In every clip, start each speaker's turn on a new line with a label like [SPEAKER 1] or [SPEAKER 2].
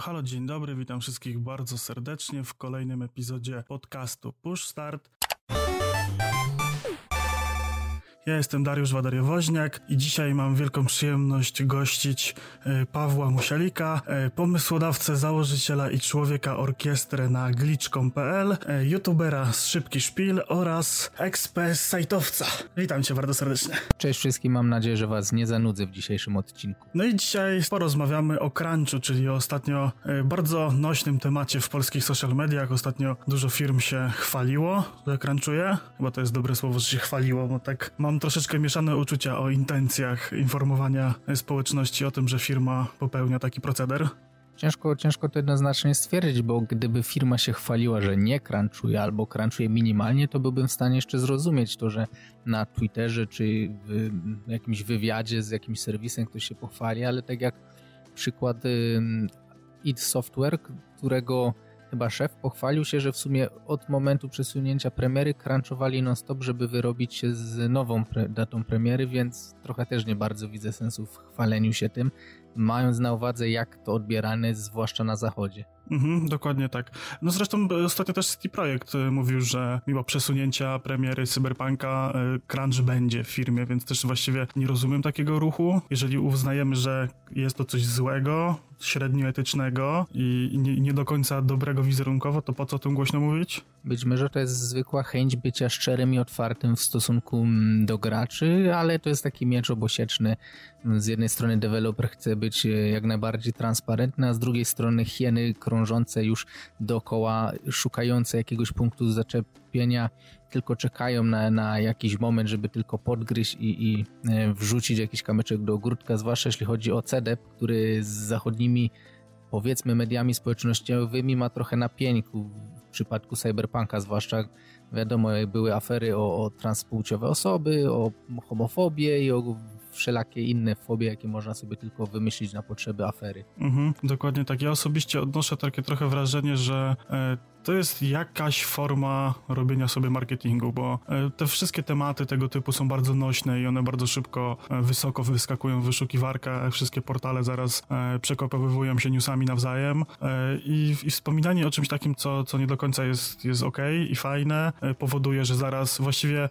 [SPEAKER 1] Halo, dzień dobry, witam wszystkich bardzo serdecznie w kolejnym epizodzie podcastu Push Start. Ja jestem Dariusz Wadariowoźniak i dzisiaj mam wielką przyjemność gościć Pawła Musialika, pomysłodawcę, założyciela i człowieka orkiestrę na glitch.pl, youtubera z Szybki Szpil oraz sajtowca. Witam cię bardzo serdecznie.
[SPEAKER 2] Cześć wszystkim, mam nadzieję, że was nie zanudzę w dzisiejszym odcinku.
[SPEAKER 1] No i dzisiaj porozmawiamy o crunchu, czyli o ostatnio bardzo nośnym temacie w polskich social mediach. Ostatnio dużo firm się chwaliło, że crunchuje. Chyba to jest dobre słowo, że się chwaliło, bo tak mam troszeczkę mieszane uczucia o intencjach informowania społeczności o tym, że firma popełnia taki proceder.
[SPEAKER 2] Ciężko to jednoznacznie stwierdzić, bo gdyby firma się chwaliła, że nie crunchuje albo crunchuje minimalnie, to byłbym w stanie jeszcze zrozumieć to, że na Twitterze czy w jakimś wywiadzie z jakimś serwisem ktoś się pochwali, ale tak jak przykład id Software, którego chyba szef pochwalił się, że w sumie od momentu przesunięcia premiery crunchowali non-stop, żeby wyrobić się z nową datą premiery, więc trochę też nie bardzo widzę sensu w chwaleniu się tym, mając na uwadze, jak to odbierane, zwłaszcza na zachodzie.
[SPEAKER 1] Dokładnie tak. No zresztą ostatnio też CD Projekt mówił, że mimo przesunięcia premiery Cyberpunka crunch będzie w firmie, więc też właściwie nie rozumiem takiego ruchu. Jeżeli uznajemy, że jest to coś złego, średnio etycznego i nie do końca dobrego wizerunkowo, to po co o tym głośno mówić?
[SPEAKER 2] Być może to jest zwykła chęć bycia szczerym i otwartym w stosunku do graczy, ale to jest taki miecz obosieczny. Z jednej strony deweloper chce być jak najbardziej transparentny, a z drugiej strony hieny krążące już dookoła, szukające jakiegoś punktu zaczepienia, tylko czekają na jakiś moment, żeby tylko podgryźć i wrzucić jakiś kamyczek do ogródka, zwłaszcza jeśli chodzi o CDEP, który z zachodnimi, powiedzmy, mediami społecznościowymi ma trochę na pieńku. W przypadku Cyberpunka zwłaszcza, wiadomo, były afery o transpłciowe osoby, o homofobię i o wszelakie inne fobie, jakie można sobie tylko wymyślić na potrzeby afery.
[SPEAKER 1] Dokładnie tak. Ja osobiście odnoszę takie trochę wrażenie, że to jest jakaś forma robienia sobie marketingu, bo te wszystkie tematy tego typu są bardzo nośne i one bardzo szybko, wysoko wyskakują w wyszukiwarkach, wszystkie portale zaraz przekopowywują się newsami nawzajem i wspominanie o czymś takim, co nie do końca jest okej i fajne, powoduje, że zaraz właściwie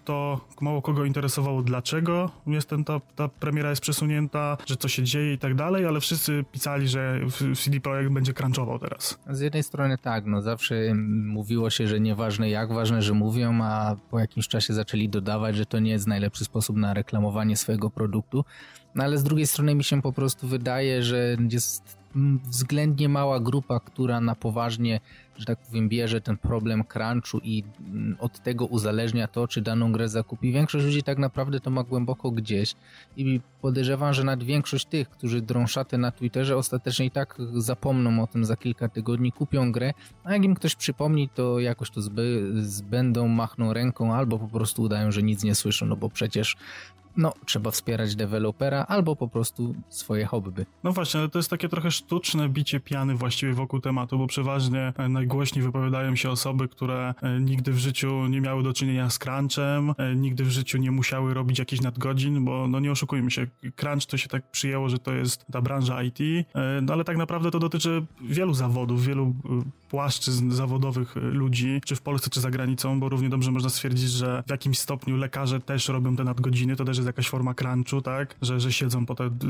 [SPEAKER 1] mało kogo interesowało, dlaczego ta premiera jest przesunięta, że co się dzieje i tak dalej, ale wszyscy pisali, że CD Projekt będzie crunchował teraz.
[SPEAKER 2] Z jednej strony tak, no zawsze mówiło się, że nieważne jak, ważne, że mówią, a po jakimś czasie zaczęli dodawać, że to nie jest najlepszy sposób na reklamowanie swojego produktu, no ale z drugiej strony mi się po prostu wydaje, że jest względnie mała grupa, która na poważnie, że tak powiem, bierze ten problem crunchu i od tego uzależnia to, czy daną grę zakupi. Większość ludzi tak naprawdę to ma głęboko gdzieś i podejrzewam, że nawet większość tych, którzy drą szatę na Twitterze, ostatecznie i tak zapomną o tym za kilka tygodni, kupią grę, a jak im ktoś przypomni, to jakoś to zbędą, machną ręką albo po prostu udają, że nic nie słyszą, no bo przecież trzeba wspierać dewelopera albo po prostu swoje hobby.
[SPEAKER 1] No właśnie, ale to jest takie trochę sztuczne bicie piany właściwie wokół tematu, bo przeważnie najgłośniej wypowiadają się osoby, które nigdy w życiu nie miały do czynienia z crunchem, nigdy w życiu nie musiały robić jakichś nadgodzin, bo nie oszukujmy się, crunch to się tak przyjęło, że to jest ta branża IT, no ale tak naprawdę to dotyczy wielu zawodów, wielu płaszczyzn zawodowych ludzi, czy w Polsce, czy za granicą, bo równie dobrze można stwierdzić, że w jakimś stopniu lekarze też robią te nadgodziny, to też jest jakaś forma crunchu, tak? Że siedzą po te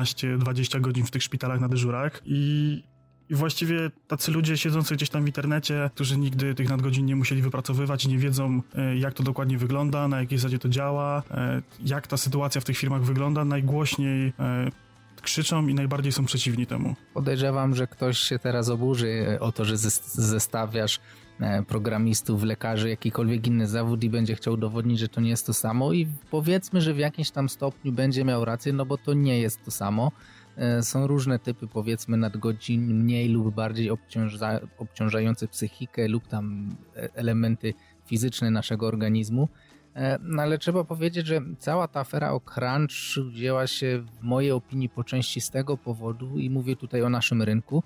[SPEAKER 1] 12-20 godzin w tych szpitalach na dyżurach i właściwie tacy ludzie siedzący gdzieś tam w internecie, którzy nigdy tych nadgodzin nie musieli wypracowywać, nie wiedzą, jak to dokładnie wygląda, na jakiej zasadzie to działa, jak ta sytuacja w tych firmach wygląda, najgłośniej krzyczą i najbardziej są przeciwni temu.
[SPEAKER 2] Podejrzewam, że ktoś się teraz oburzy o to, że zestawiasz programistów, lekarzy, jakikolwiek inny zawód i będzie chciał udowodnić, że to nie jest to samo i powiedzmy, że w jakimś tam stopniu będzie miał rację, no bo to nie jest to samo. Są różne typy, powiedzmy, nadgodzin, mniej lub bardziej obciążające psychikę lub tam elementy fizyczne naszego organizmu. No ale trzeba powiedzieć, że cała ta afera o crunch wzięła się w mojej opinii po części z tego powodu i mówię tutaj o naszym rynku,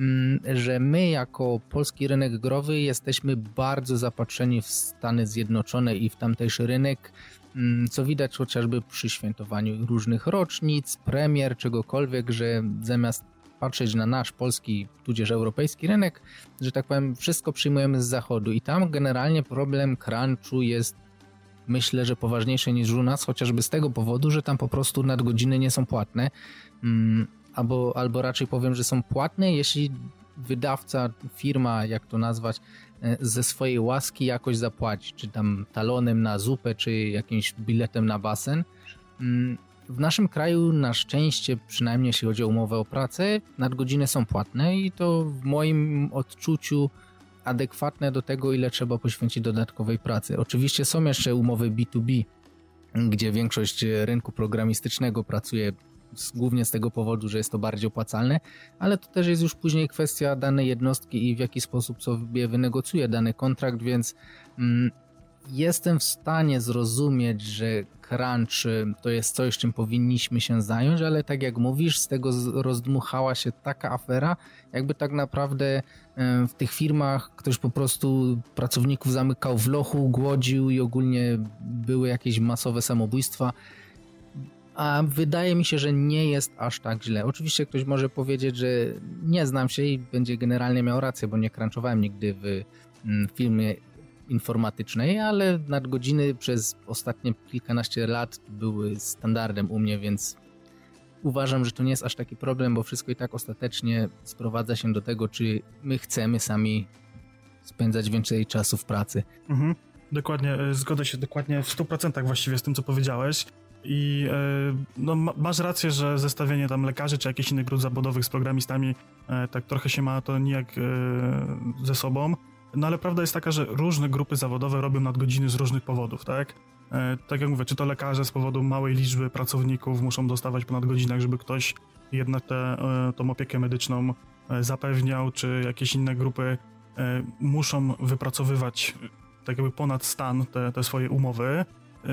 [SPEAKER 2] że my jako polski rynek growy jesteśmy bardzo zapatrzeni w Stany Zjednoczone i w tamtejszy rynek, co widać chociażby przy świętowaniu różnych rocznic, premier, czegokolwiek, że zamiast patrzeć na nasz polski, tudzież europejski rynek, że tak powiem, wszystko przyjmujemy z zachodu i tam generalnie problem crunchu jest, myślę, że poważniejszy niż u nas, chociażby z tego powodu, że tam po prostu nadgodziny nie są płatne, albo raczej powiem, że są płatne, jeśli wydawca, firma, jak to nazwać, ze swojej łaski jakoś zapłaci, czy tam talonem na zupę, czy jakimś biletem na basen. W naszym kraju na szczęście, przynajmniej jeśli chodzi o umowę o pracę, nadgodziny są płatne i to w moim odczuciu adekwatne do tego, ile trzeba poświęcić dodatkowej pracy. Oczywiście są jeszcze umowy B2B, gdzie większość rynku programistycznego pracuje głównie z tego powodu, że jest to bardziej opłacalne, ale to też jest już później kwestia danej jednostki i w jaki sposób sobie wynegocjuje dany kontrakt, więc jestem w stanie zrozumieć, że crunch to jest coś, czym powinniśmy się zająć, ale tak jak mówisz, z tego rozdmuchała się taka afera, jakby tak naprawdę w tych firmach ktoś po prostu pracowników zamykał w lochu, głodził i ogólnie były jakieś masowe samobójstwa. A wydaje mi się, że nie jest aż tak źle. Oczywiście ktoś może powiedzieć, że nie znam się i będzie generalnie miał rację, bo nie crunchowałem nigdy w firmie informatycznej, ale nadgodziny przez ostatnie kilkanaście lat były standardem u mnie, więc uważam, że to nie jest aż taki problem, bo wszystko i tak ostatecznie sprowadza się do tego, czy my chcemy sami spędzać więcej czasu w pracy.
[SPEAKER 1] Dokładnie, zgodzę się dokładnie w 100% właściwie z tym, co powiedziałeś. I no, masz rację, że zestawienie tam lekarzy czy jakichś innych grup zawodowych z programistami tak trochę się ma to nijak ze sobą. No ale prawda jest taka, że różne grupy zawodowe robią nadgodziny z różnych powodów, tak? Tak jak mówię, czy to lekarze z powodu małej liczby pracowników muszą dostawać po nadgodzinach, żeby ktoś jednak tą opiekę medyczną zapewniał, czy jakieś inne grupy muszą wypracowywać tak jakby ponad stan te swoje umowy.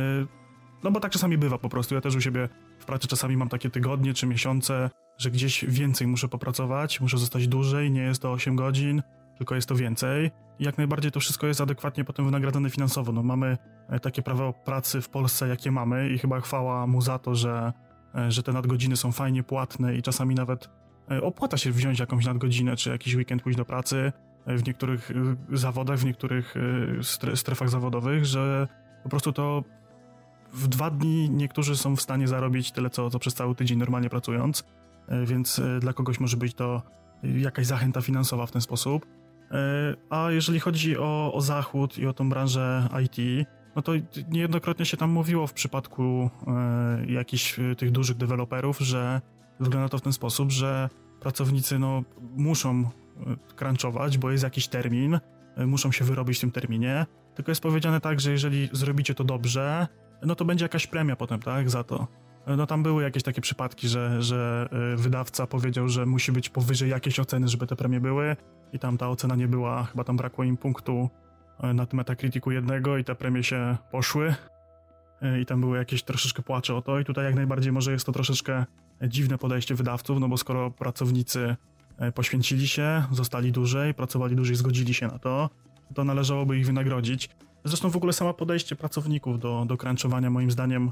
[SPEAKER 1] No bo tak czasami bywa po prostu. Ja też u siebie w pracy czasami mam takie tygodnie czy miesiące, że gdzieś więcej muszę popracować, muszę zostać dłużej, nie jest to 8 godzin, tylko jest to więcej. I jak najbardziej to wszystko jest adekwatnie potem wynagradzane finansowo. No mamy takie prawo pracy w Polsce, jakie mamy i chyba chwała mu za to, że te nadgodziny są fajnie płatne i czasami nawet opłaca się wziąć jakąś nadgodzinę, czy jakiś weekend pójść do pracy w niektórych zawodach, w niektórych strefach zawodowych, że po prostu to w 2 dni niektórzy są w stanie zarobić tyle, co przez cały tydzień normalnie pracując, więc dla kogoś może być to jakaś zachęta finansowa w ten sposób. A jeżeli chodzi o Zachód i o tą branżę IT, no to niejednokrotnie się tam mówiło w przypadku jakichś tych dużych deweloperów, że wygląda to w ten sposób, że pracownicy no, muszą crunchować, bo jest jakiś termin, muszą się wyrobić w tym terminie, tylko jest powiedziane tak, że jeżeli zrobicie to dobrze, no to będzie jakaś premia potem, tak, za to. No tam były jakieś takie przypadki, że wydawca powiedział, że musi być powyżej jakiejś oceny, żeby te premie były i tam ta ocena nie była, chyba tam brakło im punktu na tym Metacriticu 1 i te premie się poszły i tam były jakieś troszeczkę płacze o to i tutaj jak najbardziej może jest to troszeczkę dziwne podejście wydawców, no bo skoro pracownicy poświęcili się, zostali dłużej, pracowali dłużej, zgodzili się na to, to należałoby ich wynagrodzić. Zresztą w ogóle samo podejście pracowników do crunchowania moim zdaniem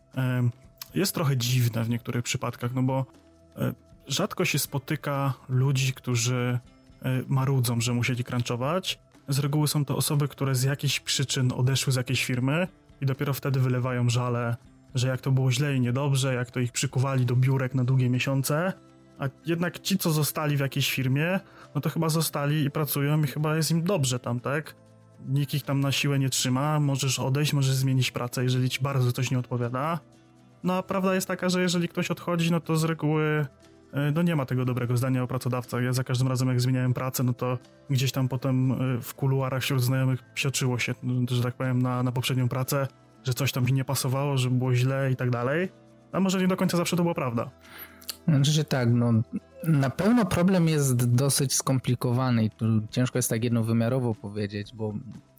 [SPEAKER 1] jest trochę dziwne w niektórych przypadkach, no bo rzadko się spotyka ludzi, którzy marudzą, że musieli crunchować. Z reguły są to osoby, które z jakichś przyczyn odeszły z jakiejś firmy i dopiero wtedy wylewają żale, że jak to było źle i niedobrze, jak to ich przykuwali do biurek na długie miesiące, a jednak ci, co zostali w jakiejś firmie, no to chyba zostali i pracują i chyba jest im dobrze tam, tak? Nikt ich tam na siłę nie trzyma, możesz odejść, możesz zmienić pracę, jeżeli ci bardzo coś nie odpowiada. No a prawda jest taka, że jeżeli ktoś odchodzi, no to z reguły no nie ma tego dobrego zdania o pracodawcach. Ja za każdym razem jak zmieniałem pracę, no to gdzieś tam potem w kuluarach wśród znajomych psioczyło się, że tak powiem, na poprzednią pracę, że coś tam mi nie pasowało, że było źle i tak dalej. A może nie do końca zawsze to była prawda.
[SPEAKER 2] Znaczy, że tak, no na pewno problem jest dosyć skomplikowany i tu ciężko jest tak jednowymiarowo powiedzieć, bo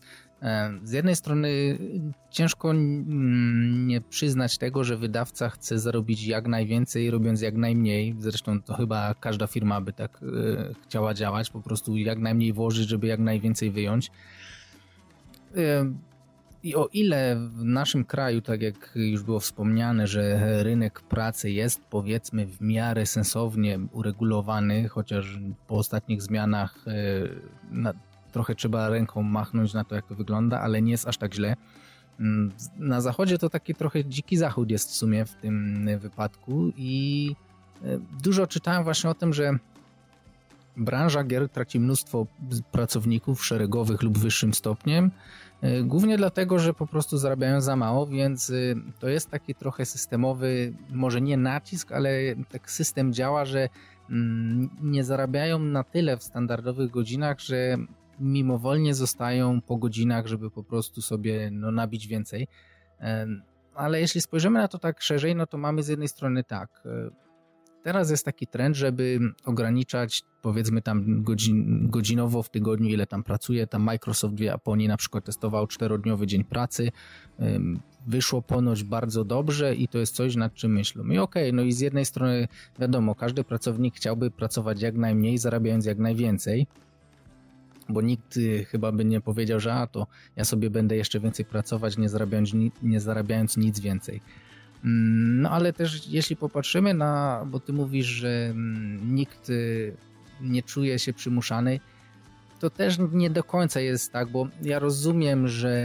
[SPEAKER 2] z jednej strony ciężko nie przyznać tego, że wydawca chce zarobić jak najwięcej, robiąc jak najmniej. Zresztą to chyba każda firma by tak chciała działać, po prostu jak najmniej włożyć, żeby jak najwięcej wyjąć. I o ile w naszym kraju, tak jak już było wspomniane, że rynek pracy jest powiedzmy w miarę sensownie uregulowany, chociaż po ostatnich zmianach trochę trzeba ręką machnąć na to, jak to wygląda, ale nie jest aż tak źle. Na zachodzie to taki trochę dziki zachód jest w sumie w tym wypadku i dużo czytałem właśnie o tym, że branża gier traci mnóstwo pracowników szeregowych lub wyższym stopniem, głównie dlatego, że po prostu zarabiają za mało, więc to jest taki trochę systemowy, może nie nacisk, ale tak system działa, że nie zarabiają na tyle w standardowych godzinach, że mimowolnie zostają po godzinach, żeby po prostu sobie nabić więcej. Ale jeśli spojrzymy na to tak szerzej, no to mamy z jednej strony tak, teraz jest taki trend, żeby ograniczać powiedzmy tam godzinowo w tygodniu, ile tam pracuje. Tam Microsoft w Japonii na przykład testował 4-dniowy dzień pracy. Wyszło ponoć bardzo dobrze i to jest coś, nad czym myślą. I okej, no i z jednej strony wiadomo, każdy pracownik chciałby pracować jak najmniej, zarabiając jak najwięcej, bo nikt chyba by nie powiedział, że to ja sobie będę jeszcze więcej pracować, nie zarabiając nic więcej. No ale też jeśli popatrzymy bo ty mówisz, że nikt nie czuje się przymuszany, to też nie do końca jest tak, bo ja rozumiem, że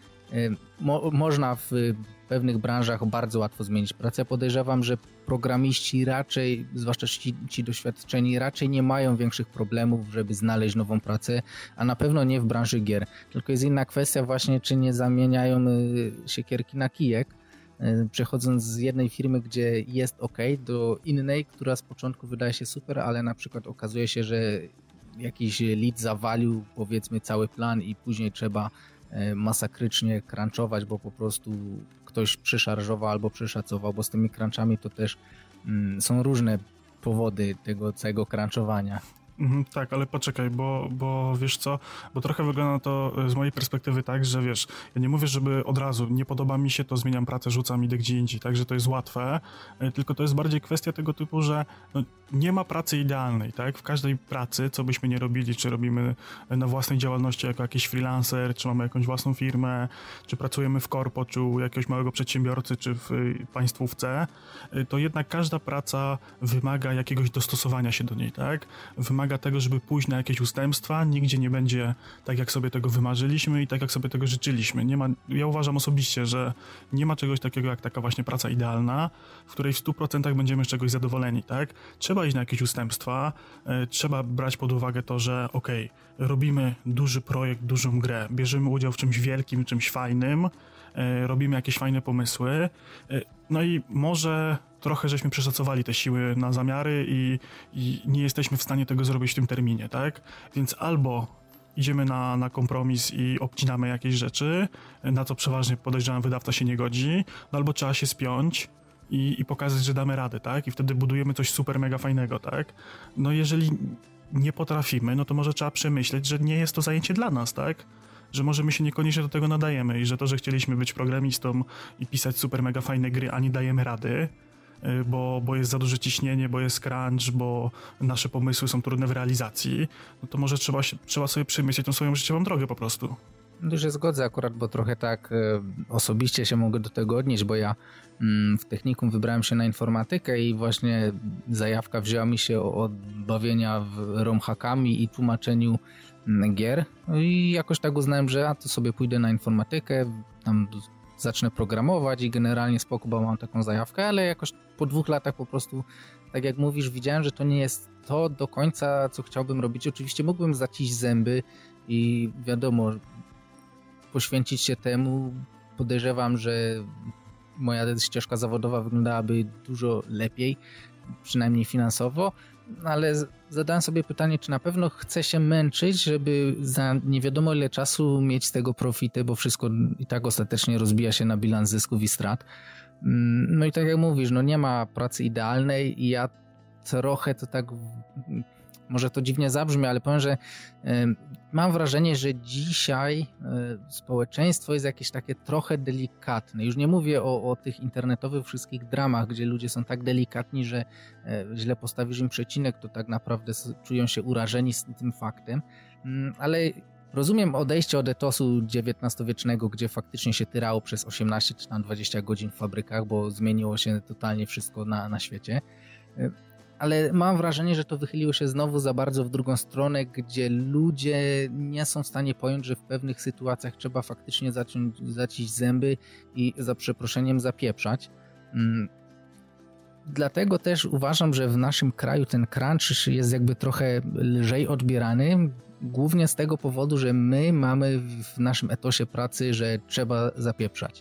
[SPEAKER 2] można w pewnych branżach bardzo łatwo zmienić pracę. Ja podejrzewam, że programiści raczej, zwłaszcza ci doświadczeni, raczej nie mają większych problemów, żeby znaleźć nową pracę, a na pewno nie w branży gier. Tylko jest inna kwestia właśnie, czy nie zamieniają siekierki na kijek, przechodząc z jednej firmy, gdzie jest ok, do innej, która z początku wydaje się super, ale na przykład okazuje się, że jakiś lead zawalił powiedzmy cały plan i później trzeba masakrycznie crunchować, bo po prostu ktoś przeszarżował albo przeszacował, bo z tymi crunchami to też są różne powody tego całego crunchowania.
[SPEAKER 1] Tak, ale poczekaj, bo wiesz co, bo trochę wygląda to z mojej perspektywy tak, że wiesz, ja nie mówię, żeby od razu, nie podoba mi się, to zmieniam pracę, rzucam, idę gdzie indziej, tak, że to jest łatwe, tylko to jest bardziej kwestia tego typu, że nie ma pracy idealnej, tak, w każdej pracy, co byśmy nie robili, czy robimy na własnej działalności jako jakiś freelancer, czy mamy jakąś własną firmę, czy pracujemy w korpo, czy u jakiegoś małego przedsiębiorcy, czy w państwówce, to jednak każda praca wymaga jakiegoś dostosowania się do niej, tak, wymaga tego, żeby pójść na jakieś ustępstwa, nigdzie nie będzie tak, jak sobie tego wymarzyliśmy i tak, jak sobie tego życzyliśmy. Ja uważam osobiście, że nie ma czegoś takiego, jak taka właśnie praca idealna, w której w 100% będziemy z czegoś zadowoleni, tak? Trzeba iść na jakieś ustępstwa, trzeba brać pod uwagę to, że robimy duży projekt, dużą grę, bierzemy udział w czymś wielkim, czymś fajnym, robimy jakieś fajne pomysły, no i może trochę żeśmy przeszacowali te siły na zamiary i nie jesteśmy w stanie tego zrobić w tym terminie, tak? Więc albo idziemy na kompromis i obcinamy jakieś rzeczy, na co przeważnie podejrzewam wydawca się nie godzi, no albo trzeba się spiąć i pokazać, że damy radę, tak? I wtedy budujemy coś super mega fajnego, tak? No jeżeli nie potrafimy, no to może trzeba przemyśleć, że nie jest to zajęcie dla nas, tak? Że może my się niekoniecznie do tego nadajemy i że to, że chcieliśmy być programistą i pisać super mega fajne gry, a nie dajemy rady, bo jest za duże ciśnienie, bo jest crunch, bo nasze pomysły są trudne w realizacji, no to może trzeba sobie przemyśleć tą swoją życiową drogę po prostu.
[SPEAKER 2] Tu się zgodzę akurat, bo trochę tak osobiście się mogę do tego odnieść, bo ja w technikum wybrałem się na informatykę i właśnie zajawka wzięła mi się od bawienia romhackami i tłumaczeniu gier i jakoś tak uznałem, że to sobie pójdę na informatykę, tam zacznę programować i generalnie spoko, bo mam taką zajawkę, ale jakoś po 2 latach po prostu, tak jak mówisz, widziałem, że to nie jest to do końca, co chciałbym robić. Oczywiście mógłbym zaciść zęby i wiadomo, poświęcić się temu. Podejrzewam, że moja ścieżka zawodowa wyglądałaby dużo lepiej, przynajmniej finansowo, ale zadałem sobie pytanie, czy na pewno chcę się męczyć, żeby za nie wiadomo ile czasu mieć z tego profity, bo wszystko i tak ostatecznie rozbija się na bilans zysków i strat. No i tak jak mówisz, no nie ma pracy idealnej i ja trochę to tak, może to dziwnie zabrzmi, ale powiem, że mam wrażenie, że dzisiaj społeczeństwo jest jakieś takie trochę delikatne. Już nie mówię o tych internetowych wszystkich dramach, gdzie ludzie są tak delikatni, że źle postawisz im przecinek, to tak naprawdę czują się urażeni z tym faktem. Ale rozumiem odejście od etosu XIX-wiecznego, gdzie faktycznie się tyrało przez 18 czy tam 20 godzin w fabrykach, bo zmieniło się totalnie wszystko na świecie. Ale mam wrażenie, że to wychyliło się znowu za bardzo w drugą stronę, gdzie ludzie nie są w stanie pojąć, że w pewnych sytuacjach trzeba faktycznie zaciść zęby i za przeproszeniem zapieprzać. Dlatego też uważam, że w naszym kraju ten crunch jest jakby trochę lżej odbierany, głównie z tego powodu, że my mamy w naszym etosie pracy, że trzeba zapieprzać.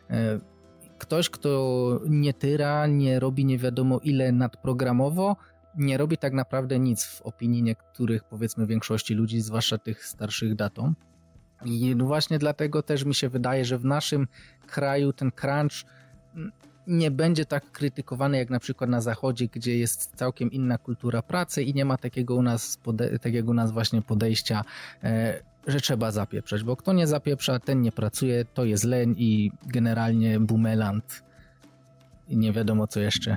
[SPEAKER 2] Ktoś, kto nie tyra, nie robi nie wiadomo ile nadprogramowo, nie robi tak naprawdę nic w opinii niektórych, powiedzmy większości ludzi, zwłaszcza tych starszych datą. I właśnie dlatego też mi się wydaje, że w naszym kraju ten crunch nie będzie tak krytykowany jak na przykład na zachodzie, gdzie jest całkiem inna kultura pracy i nie ma takiego u nas właśnie podejścia, że trzeba zapieprzać, bo kto nie zapieprza, ten nie pracuje, to jest leń i generalnie bumeland i nie wiadomo co jeszcze.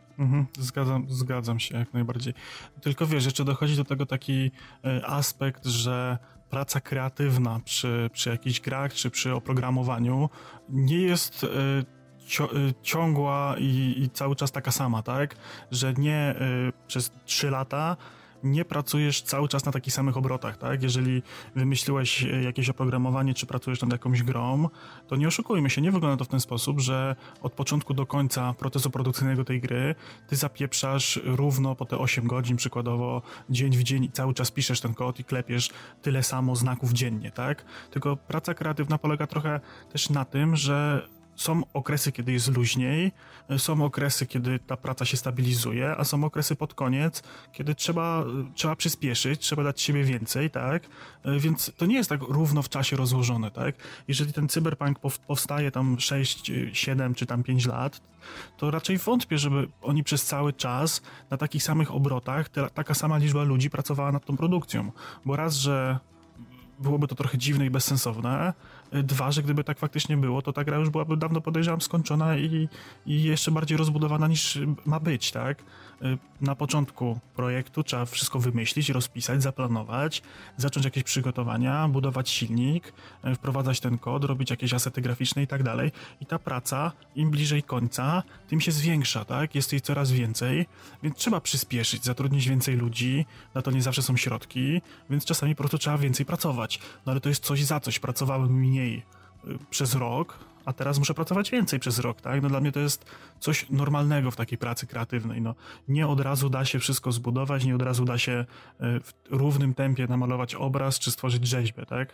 [SPEAKER 1] Zgadzam się jak najbardziej. Tylko wiesz, jeszcze dochodzi do tego taki aspekt, że praca kreatywna przy jakichś grach czy przy oprogramowaniu nie jest ciągła i cały czas taka sama, tak? Że nie przez 3 lata nie pracujesz cały czas na takich samych obrotach, tak? Jeżeli wymyśliłeś jakieś oprogramowanie, czy pracujesz nad jakąś grą, to nie oszukujmy się, nie wygląda to w ten sposób, że od początku do końca procesu produkcyjnego tej gry ty zapieprzasz równo po te 8 godzin przykładowo, dzień w dzień i cały czas piszesz ten kod i klepiesz tyle samo znaków dziennie, tak? Tylko praca kreatywna polega trochę też na tym, że są okresy, kiedy jest luźniej, są okresy, kiedy ta praca się stabilizuje, a są okresy pod koniec, kiedy trzeba przyspieszyć, trzeba dać siebie więcej, tak? Więc to nie jest tak równo w czasie rozłożone, tak? Jeżeli ten cyberpunk powstaje tam 6, 7 czy tam 5 lat, to raczej wątpię, żeby oni przez cały czas na takich samych obrotach taka sama liczba ludzi pracowała nad tą produkcją. Bo raz, że byłoby to trochę dziwne i bezsensowne. 2, że gdyby tak faktycznie było, to ta gra już byłaby dawno, podejrzewam, skończona i jeszcze bardziej rozbudowana niż ma być, tak? Na początku projektu trzeba wszystko wymyślić, rozpisać, zaplanować, zacząć jakieś przygotowania, budować silnik, wprowadzać ten kod, robić jakieś asety graficzne i tak dalej. I ta praca, im bliżej końca, tym się zwiększa, tak? Jest jej coraz więcej, więc trzeba przyspieszyć, zatrudnić więcej ludzi, na to nie zawsze są środki, więc czasami po prostu trzeba więcej pracować. No ale to jest coś za coś. Pracowałem mniej przez rok, a teraz muszę pracować więcej przez rok, tak? No dla mnie to jest coś normalnego w takiej pracy kreatywnej. No, nie od razu da się wszystko zbudować, nie od razu da się w równym tempie namalować obraz czy stworzyć rzeźbę, tak?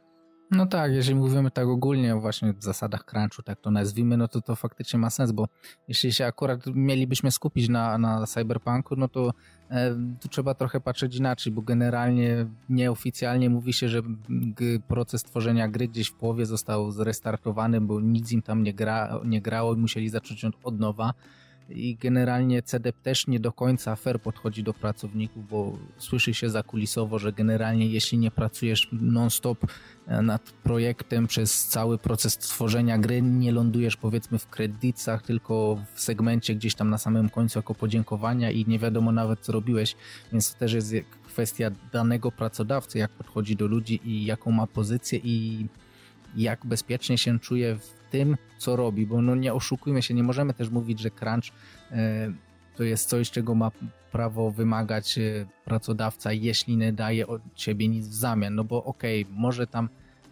[SPEAKER 2] No tak, jeżeli mówimy tak ogólnie o właśnie zasadach crunchu, tak to nazwijmy, no to faktycznie ma sens, bo jeśli się akurat mielibyśmy skupić na cyberpunku, no to tu trzeba trochę patrzeć inaczej, bo generalnie nieoficjalnie mówi się, że proces tworzenia gry gdzieś w połowie został zrestartowany, bo nic im tam nie grało i musieli zacząć od nowa. I generalnie CDEP też nie do końca fair podchodzi do pracowników, bo słyszy się zakulisowo, że generalnie jeśli nie pracujesz non-stop nad projektem przez cały proces tworzenia gry, nie lądujesz powiedzmy w kredytach, tylko w segmencie gdzieś tam na samym końcu jako podziękowania i nie wiadomo nawet co robiłeś, więc to też jest kwestia danego pracodawcy, jak podchodzi do ludzi i jaką ma pozycję i jak bezpiecznie się czuje w tym, co robi, bo no nie oszukujmy się, nie możemy też mówić, że crunch to jest coś, czego ma prawo wymagać pracodawca, jeśli nie daje od siebie nic w zamian, no bo okej, może tam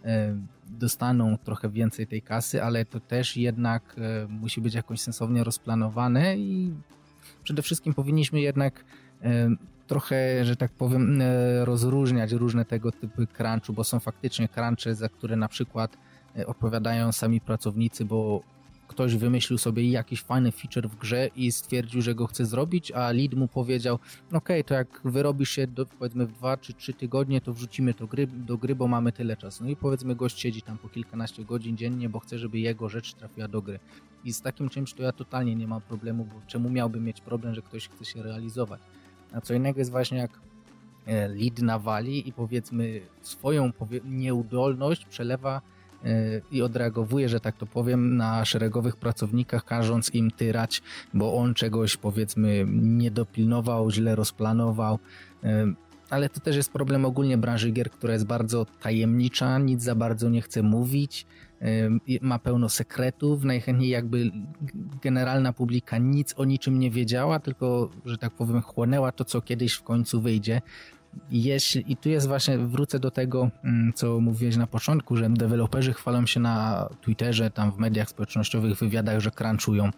[SPEAKER 2] dostaną trochę więcej tej kasy, ale to też jednak musi być jakoś sensownie rozplanowane i przede wszystkim powinniśmy jednak trochę, że tak powiem, rozróżniać różne tego typy crunchu, bo są faktycznie crunche, za które na przykład odpowiadają sami pracownicy, bo ktoś wymyślił sobie jakiś fajny feature w grze i stwierdził, że go chce zrobić, a lead mu powiedział, okej, to jak wyrobisz się powiedzmy w 2 czy 3 tygodnie, to wrzucimy to do gry, bo mamy tyle czasu. No i powiedzmy gość siedzi tam po kilkanaście godzin dziennie, bo chce, żeby jego rzecz trafiła do gry. I z takim czymś to ja totalnie nie mam problemu, bo czemu miałbym mieć problem, że ktoś chce się realizować. A co innego jest właśnie jak lead nawali i powiedzmy swoją nieudolność przelewa i odreagowuje, że tak to powiem, na szeregowych pracownikach, każąc im tyrać, bo on czegoś powiedzmy nie dopilnował, źle rozplanował. ale to też jest problem ogólnie branży gier, która jest bardzo tajemnicza, nic za bardzo nie chce mówić, ma pełno sekretów, najchętniej jakby generalna publika nic o niczym nie wiedziała, tylko, że tak powiem, chłonęła to, co kiedyś w końcu wyjdzie. I tu jest właśnie, wrócę do tego, co mówiłeś na początku, że deweloperzy chwalą się na Twitterze, tam w mediach społecznościowych, w wywiadach, że crunchują.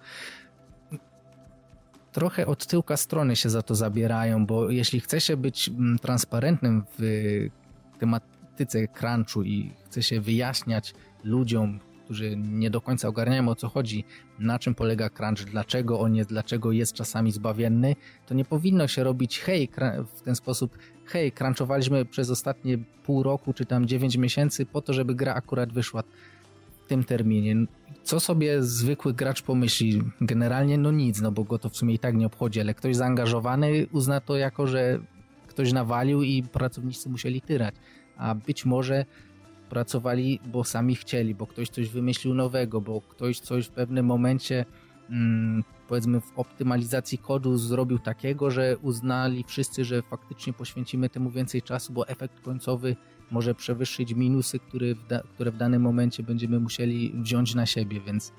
[SPEAKER 2] Trochę od tyłka strony się za to zabierają, bo jeśli chce się być transparentnym w tematyce crunchu i chce się wyjaśniać ludziom, którzy nie do końca ogarniają, o co chodzi, na czym polega crunch, dlaczego on jest, dlaczego jest czasami zbawienny, to nie powinno się robić w ten sposób, crunchowaliśmy przez ostatnie pół roku czy tam 9 miesięcy po to, żeby gra akurat wyszła w tym terminie. Co sobie zwykły gracz pomyśli? Generalnie no nic, no bo go to w sumie i tak nie obchodzi, ale ktoś zaangażowany uzna to jako, że ktoś nawalił i pracownicy musieli tyrać, a być może pracowali, bo sami chcieli, bo ktoś coś wymyślił nowego, bo ktoś coś w pewnym momencie powiedzmy w optymalizacji kodu zrobił takiego, że uznali wszyscy, że faktycznie poświęcimy temu więcej czasu, bo efekt końcowy może przewyższyć minusy, które w danym momencie będziemy musieli wziąć na siebie, więc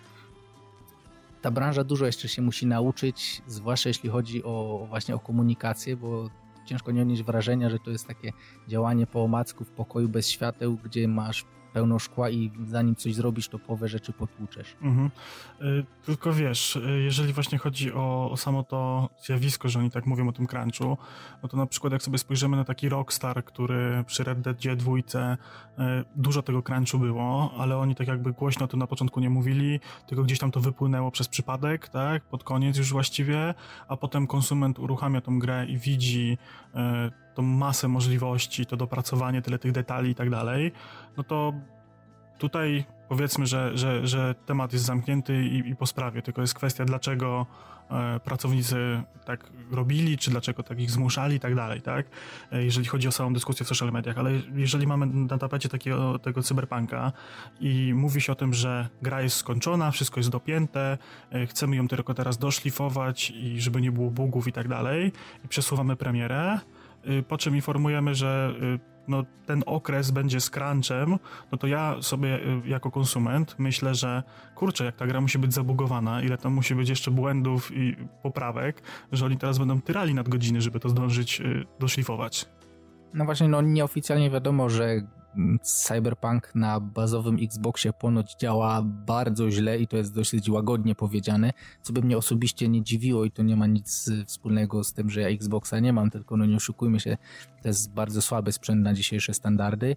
[SPEAKER 2] ta branża dużo jeszcze się musi nauczyć, zwłaszcza jeśli chodzi właśnie o komunikację, bo ciężko nie odnieść wrażenia, że to jest takie działanie po omacku w pokoju bez świateł, gdzie masz pełno szkła i zanim coś zrobisz, to połowę rzeczy potłuczesz.
[SPEAKER 1] Tylko wiesz, jeżeli właśnie chodzi o samo to zjawisko, że oni tak mówią o tym crunchu, no to na przykład jak sobie spojrzymy na taki Rockstar, który przy Red Deadzie 2 dużo tego crunchu było, ale oni tak jakby głośno o tym na początku nie mówili, tylko gdzieś tam to wypłynęło przez przypadek, tak, pod koniec już właściwie, a potem konsument uruchamia tą grę i widzi tą masę możliwości, to dopracowanie, tyle tych detali i tak dalej, no to tutaj powiedzmy, że temat jest zamknięty i po sprawie, tylko jest kwestia, dlaczego pracownicy tak robili, czy dlaczego tak ich zmuszali i tak dalej, tak? Jeżeli chodzi o samą dyskusję w social mediach, ale jeżeli mamy na tapecie tego cyberpunka i mówi się o tym, że gra jest skończona, wszystko jest dopięte, chcemy ją tylko teraz doszlifować i żeby nie było bugów i tak dalej i przesuwamy premierę, po czym informujemy, że no, ten okres będzie z crunchem, no to ja sobie jako konsument myślę, że kurczę, jak ta gra musi być zabugowana, ile tam musi być jeszcze błędów i poprawek, że oni teraz będą tyrali nadgodziny, żeby to zdążyć doszlifować.
[SPEAKER 2] No właśnie, no nieoficjalnie wiadomo, że Cyberpunk na bazowym Xboxie ponoć działa bardzo źle i to jest dosyć łagodnie powiedziane, co by mnie osobiście nie dziwiło i to nie ma nic wspólnego z tym, że ja Xboxa nie mam, tylko no nie oszukujmy się, to jest bardzo słaby sprzęt na dzisiejsze standardy.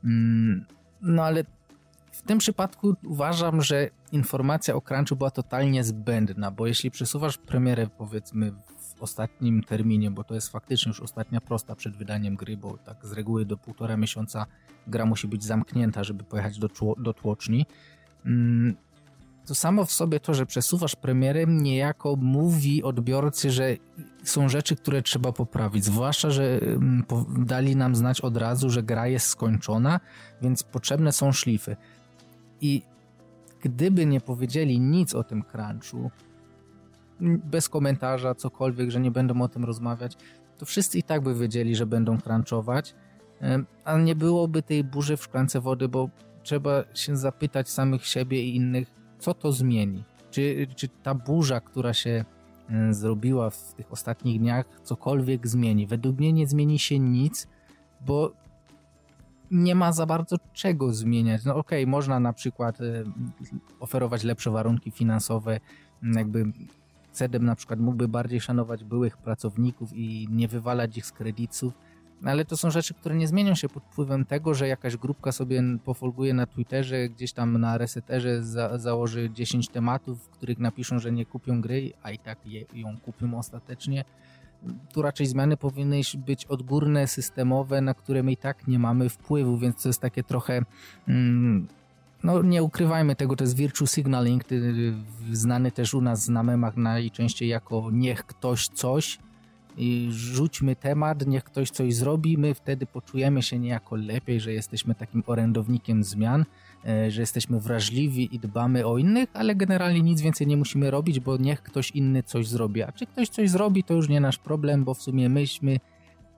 [SPEAKER 2] No ale w tym przypadku uważam, że informacja o crunchu była totalnie zbędna, bo jeśli przesuwasz premierę powiedzmy w ostatnim terminie, bo to jest faktycznie już ostatnia prosta przed wydaniem gry, bo tak z reguły do 1,5 miesiąca gra musi być zamknięta, żeby pojechać do tłoczni, to samo w sobie to, że przesuwasz premierę, niejako mówi odbiorcy, że są rzeczy, które trzeba poprawić, zwłaszcza, że dali nam znać od razu, że gra jest skończona, więc potrzebne są szlify. I gdyby nie powiedzieli nic o tym crunchu, bez komentarza, cokolwiek, że nie będą o tym rozmawiać, to wszyscy i tak by wiedzieli, że będą crunchować, a nie byłoby tej burzy w szklance wody, bo trzeba się zapytać samych siebie i innych, co to zmieni. Czy ta burza, która się zrobiła w tych ostatnich dniach, cokolwiek zmieni. Według mnie nie zmieni się nic, bo nie ma za bardzo czego zmieniać. No okej, można na przykład oferować lepsze warunki finansowe, jakby CDM na przykład mógłby bardziej szanować byłych pracowników i nie wywalać ich z kredytów, ale to są rzeczy, które nie zmienią się pod wpływem tego, że jakaś grupka sobie pofolguje na Twitterze, gdzieś tam na Reseterze założy 10 tematów, w których napiszą, że nie kupią gry, a i tak ją kupią ostatecznie. Tu raczej zmiany powinny być odgórne, systemowe, na które my i tak nie mamy wpływu, więc to jest takie trochę... No nie ukrywajmy tego, to jest virtue signaling, znany też u nas na memach najczęściej jako niech ktoś coś i rzućmy temat, niech ktoś coś zrobi, my wtedy poczujemy się niejako lepiej, że jesteśmy takim orędownikiem zmian, że jesteśmy wrażliwi i dbamy o innych, ale generalnie nic więcej nie musimy robić, bo niech ktoś inny coś zrobi, a czy ktoś coś zrobi, to już nie nasz problem, bo w sumie myśmy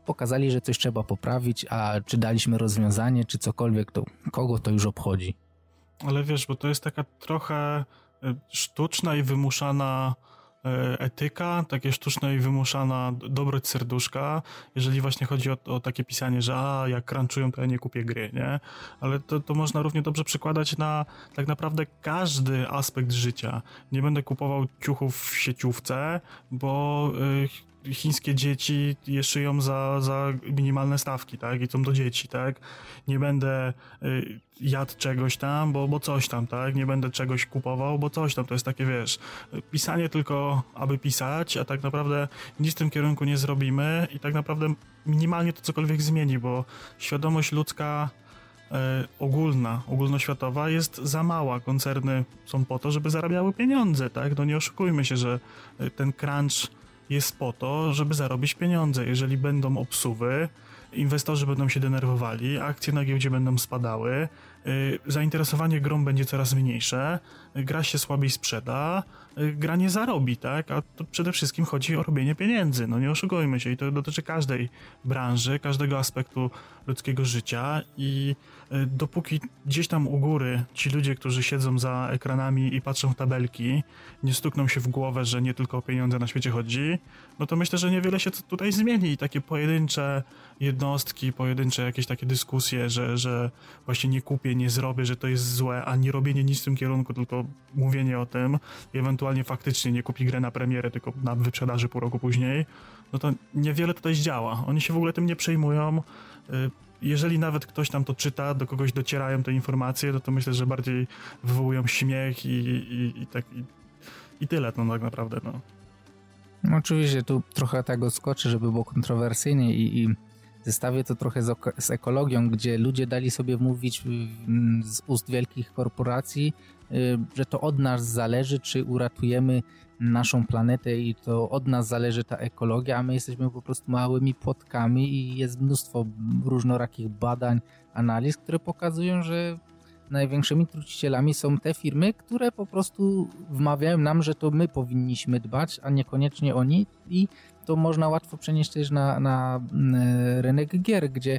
[SPEAKER 2] pokazali, że coś trzeba poprawić, a czy daliśmy rozwiązanie, czy cokolwiek, to kogo to już obchodzi?
[SPEAKER 1] Ale wiesz, bo to jest taka trochę sztuczna i wymuszana etyka, takie sztuczna i wymuszana dobroć serduszka, jeżeli właśnie chodzi o takie pisanie, że jak crunchują, to ja nie kupię gry, nie? Ale to można równie dobrze przekładać na tak naprawdę każdy aspekt życia. Nie będę kupował ciuchów w sieciówce, bo chińskie dzieci je szyją za minimalne stawki, tak? I są do dzieci, tak? Nie będę jadł czegoś tam, bo coś tam, tak? Nie będę czegoś kupował, bo coś tam. To jest takie, wiesz, pisanie tylko, aby pisać, a tak naprawdę nic w tym kierunku nie zrobimy i tak naprawdę minimalnie to cokolwiek zmieni, bo świadomość ludzka ogólnoświatowa jest za mała. Koncerny są po to, żeby zarabiały pieniądze, tak? No nie oszukujmy się, że ten crunch jest po to, żeby zarobić pieniądze. Jeżeli będą obsuwy, inwestorzy będą się denerwowali, akcje na giełdzie będą spadały, zainteresowanie grą będzie coraz mniejsze, gra się słabiej sprzeda, gra nie zarobi, tak? A to przede wszystkim chodzi o robienie pieniędzy. No nie oszukujmy się i to dotyczy każdej branży, każdego aspektu ludzkiego życia i dopóki gdzieś tam u góry ci ludzie, którzy siedzą za ekranami i patrzą w tabelki, nie stukną się w głowę, że nie tylko o pieniądze na świecie chodzi, no to myślę, że niewiele się tutaj zmieni i takie pojedyncze jednostki, pojedyncze jakieś takie dyskusje, że właśnie nie kupię, nie zrobię, że to jest złe, a nie robienie nic w tym kierunku, tylko mówienie o tym i ewentualnie faktycznie nie kupi grę na premierę, tylko na wyprzedaży pół roku później, no to niewiele tutaj zdziała. Oni się w ogóle tym nie przejmują. Jeżeli nawet ktoś tam to czyta, do kogoś docierają te informacje, to myślę, że bardziej wywołują śmiech i tyle, no tak naprawdę, no.
[SPEAKER 2] No oczywiście tu trochę tak odskoczę, żeby było kontrowersyjnie i zestawię to trochę z ekologią, gdzie ludzie dali sobie mówić z ust wielkich korporacji, że to od nas zależy, czy uratujemy naszą planetę i to od nas zależy ta ekologia, a my jesteśmy po prostu małymi płotkami i jest mnóstwo różnorakich badań, analiz, które pokazują, że największymi trucicielami są te firmy, które po prostu wmawiają nam, że to my powinniśmy dbać, a niekoniecznie oni i to można łatwo przenieść też na rynek gier, gdzie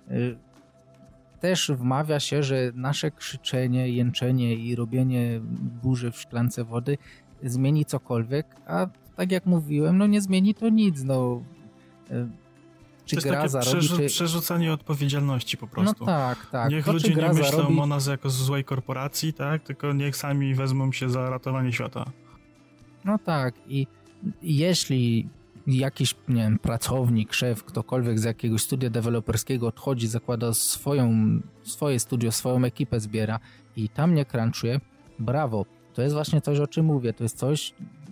[SPEAKER 2] też wmawia się, że nasze krzyczenie, jęczenie i robienie burzy w szklance wody zmieni cokolwiek, a tak jak mówiłem, no nie zmieni to nic, no. Czy
[SPEAKER 1] to jest
[SPEAKER 2] gra
[SPEAKER 1] takie
[SPEAKER 2] zarobi,
[SPEAKER 1] przerzucanie odpowiedzialności po prostu.
[SPEAKER 2] No tak.
[SPEAKER 1] Niech ludzie nie myślą o nas jako złej korporacji, tak? Tylko niech sami wezmą się za ratowanie świata.
[SPEAKER 2] No tak i jeśli jakiś, nie wiem, pracownik, szef, ktokolwiek z jakiegoś studia deweloperskiego odchodzi, zakłada swoje studio, swoją ekipę zbiera i tam nie crunchuje, brawo. To jest właśnie coś, o czym mówię. To jest coś,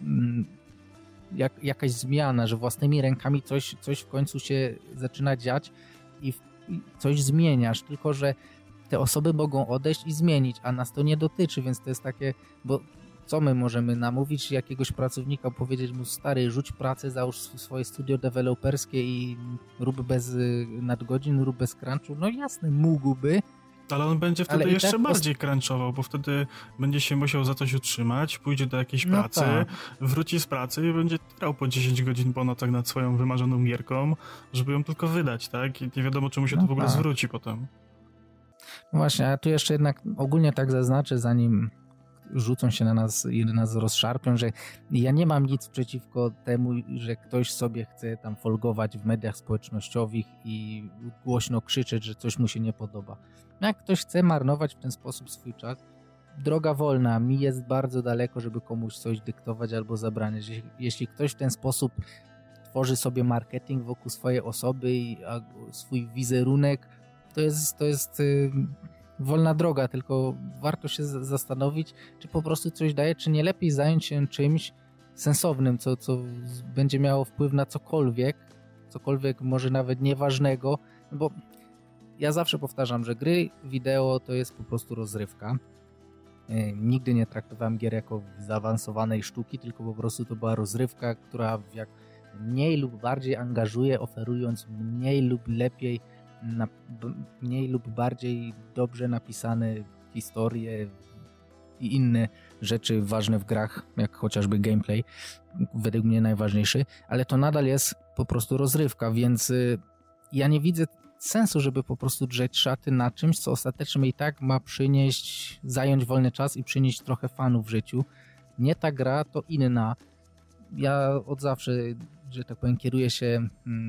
[SPEAKER 2] jakaś zmiana, że własnymi rękami coś w końcu się zaczyna dziać i coś zmieniasz, tylko że te osoby mogą odejść i zmienić, a nas to nie dotyczy, więc to jest takie, bo co my możemy namówić jakiegoś pracownika, powiedzieć mu: stary, rzuć pracę, załóż swoje studio deweloperskie i rób bez nadgodzin, rób bez crunchu. No jasne, mógłby.
[SPEAKER 1] Ale on będzie wtedy jeszcze bardziej crunchował, bo wtedy będzie się musiał za coś utrzymać, pójdzie do jakiejś pracy, wróci z pracy i będzie trwał po 10 godzin po nocach nad swoją wymarzoną gierką, żeby ją tylko wydać, tak? I nie wiadomo, czemu się to w ogóle zwróci potem.
[SPEAKER 2] No właśnie, a tu jeszcze jednak ogólnie tak zaznaczę, zanim rzucą się na nas i nas rozszarpią, że ja nie mam nic przeciwko temu, że ktoś sobie chce tam folgować w mediach społecznościowych i głośno krzyczeć, że coś mu się nie podoba. Jak ktoś chce marnować w ten sposób swój czas, droga wolna, mi jest bardzo daleko, żeby komuś coś dyktować albo zabraniać. Jeśli ktoś w ten sposób tworzy sobie marketing wokół swojej osoby i swój wizerunek, to jest wolna droga, tylko warto się zastanowić, czy po prostu coś daje, czy nie lepiej zająć się czymś sensownym, co będzie miało wpływ na cokolwiek może nawet nieważnego, bo ja zawsze powtarzam, że gry wideo to jest po prostu rozrywka. Nigdy nie traktowałem gier jako zaawansowanej sztuki, tylko po prostu to była rozrywka, która jak mniej lub bardziej angażuje, oferując mniej lub lepiej, mniej lub bardziej dobrze napisane historie i inne rzeczy ważne w grach, jak chociażby gameplay, według mnie najważniejszy, ale to nadal jest po prostu rozrywka, więc ja nie widzę sensu, żeby po prostu drzeć szaty na czymś, co ostatecznie i tak ma zająć wolny czas i przynieść trochę fanów w życiu. Nie ta gra, to inna. Ja od zawsze, że tak powiem, kieruję się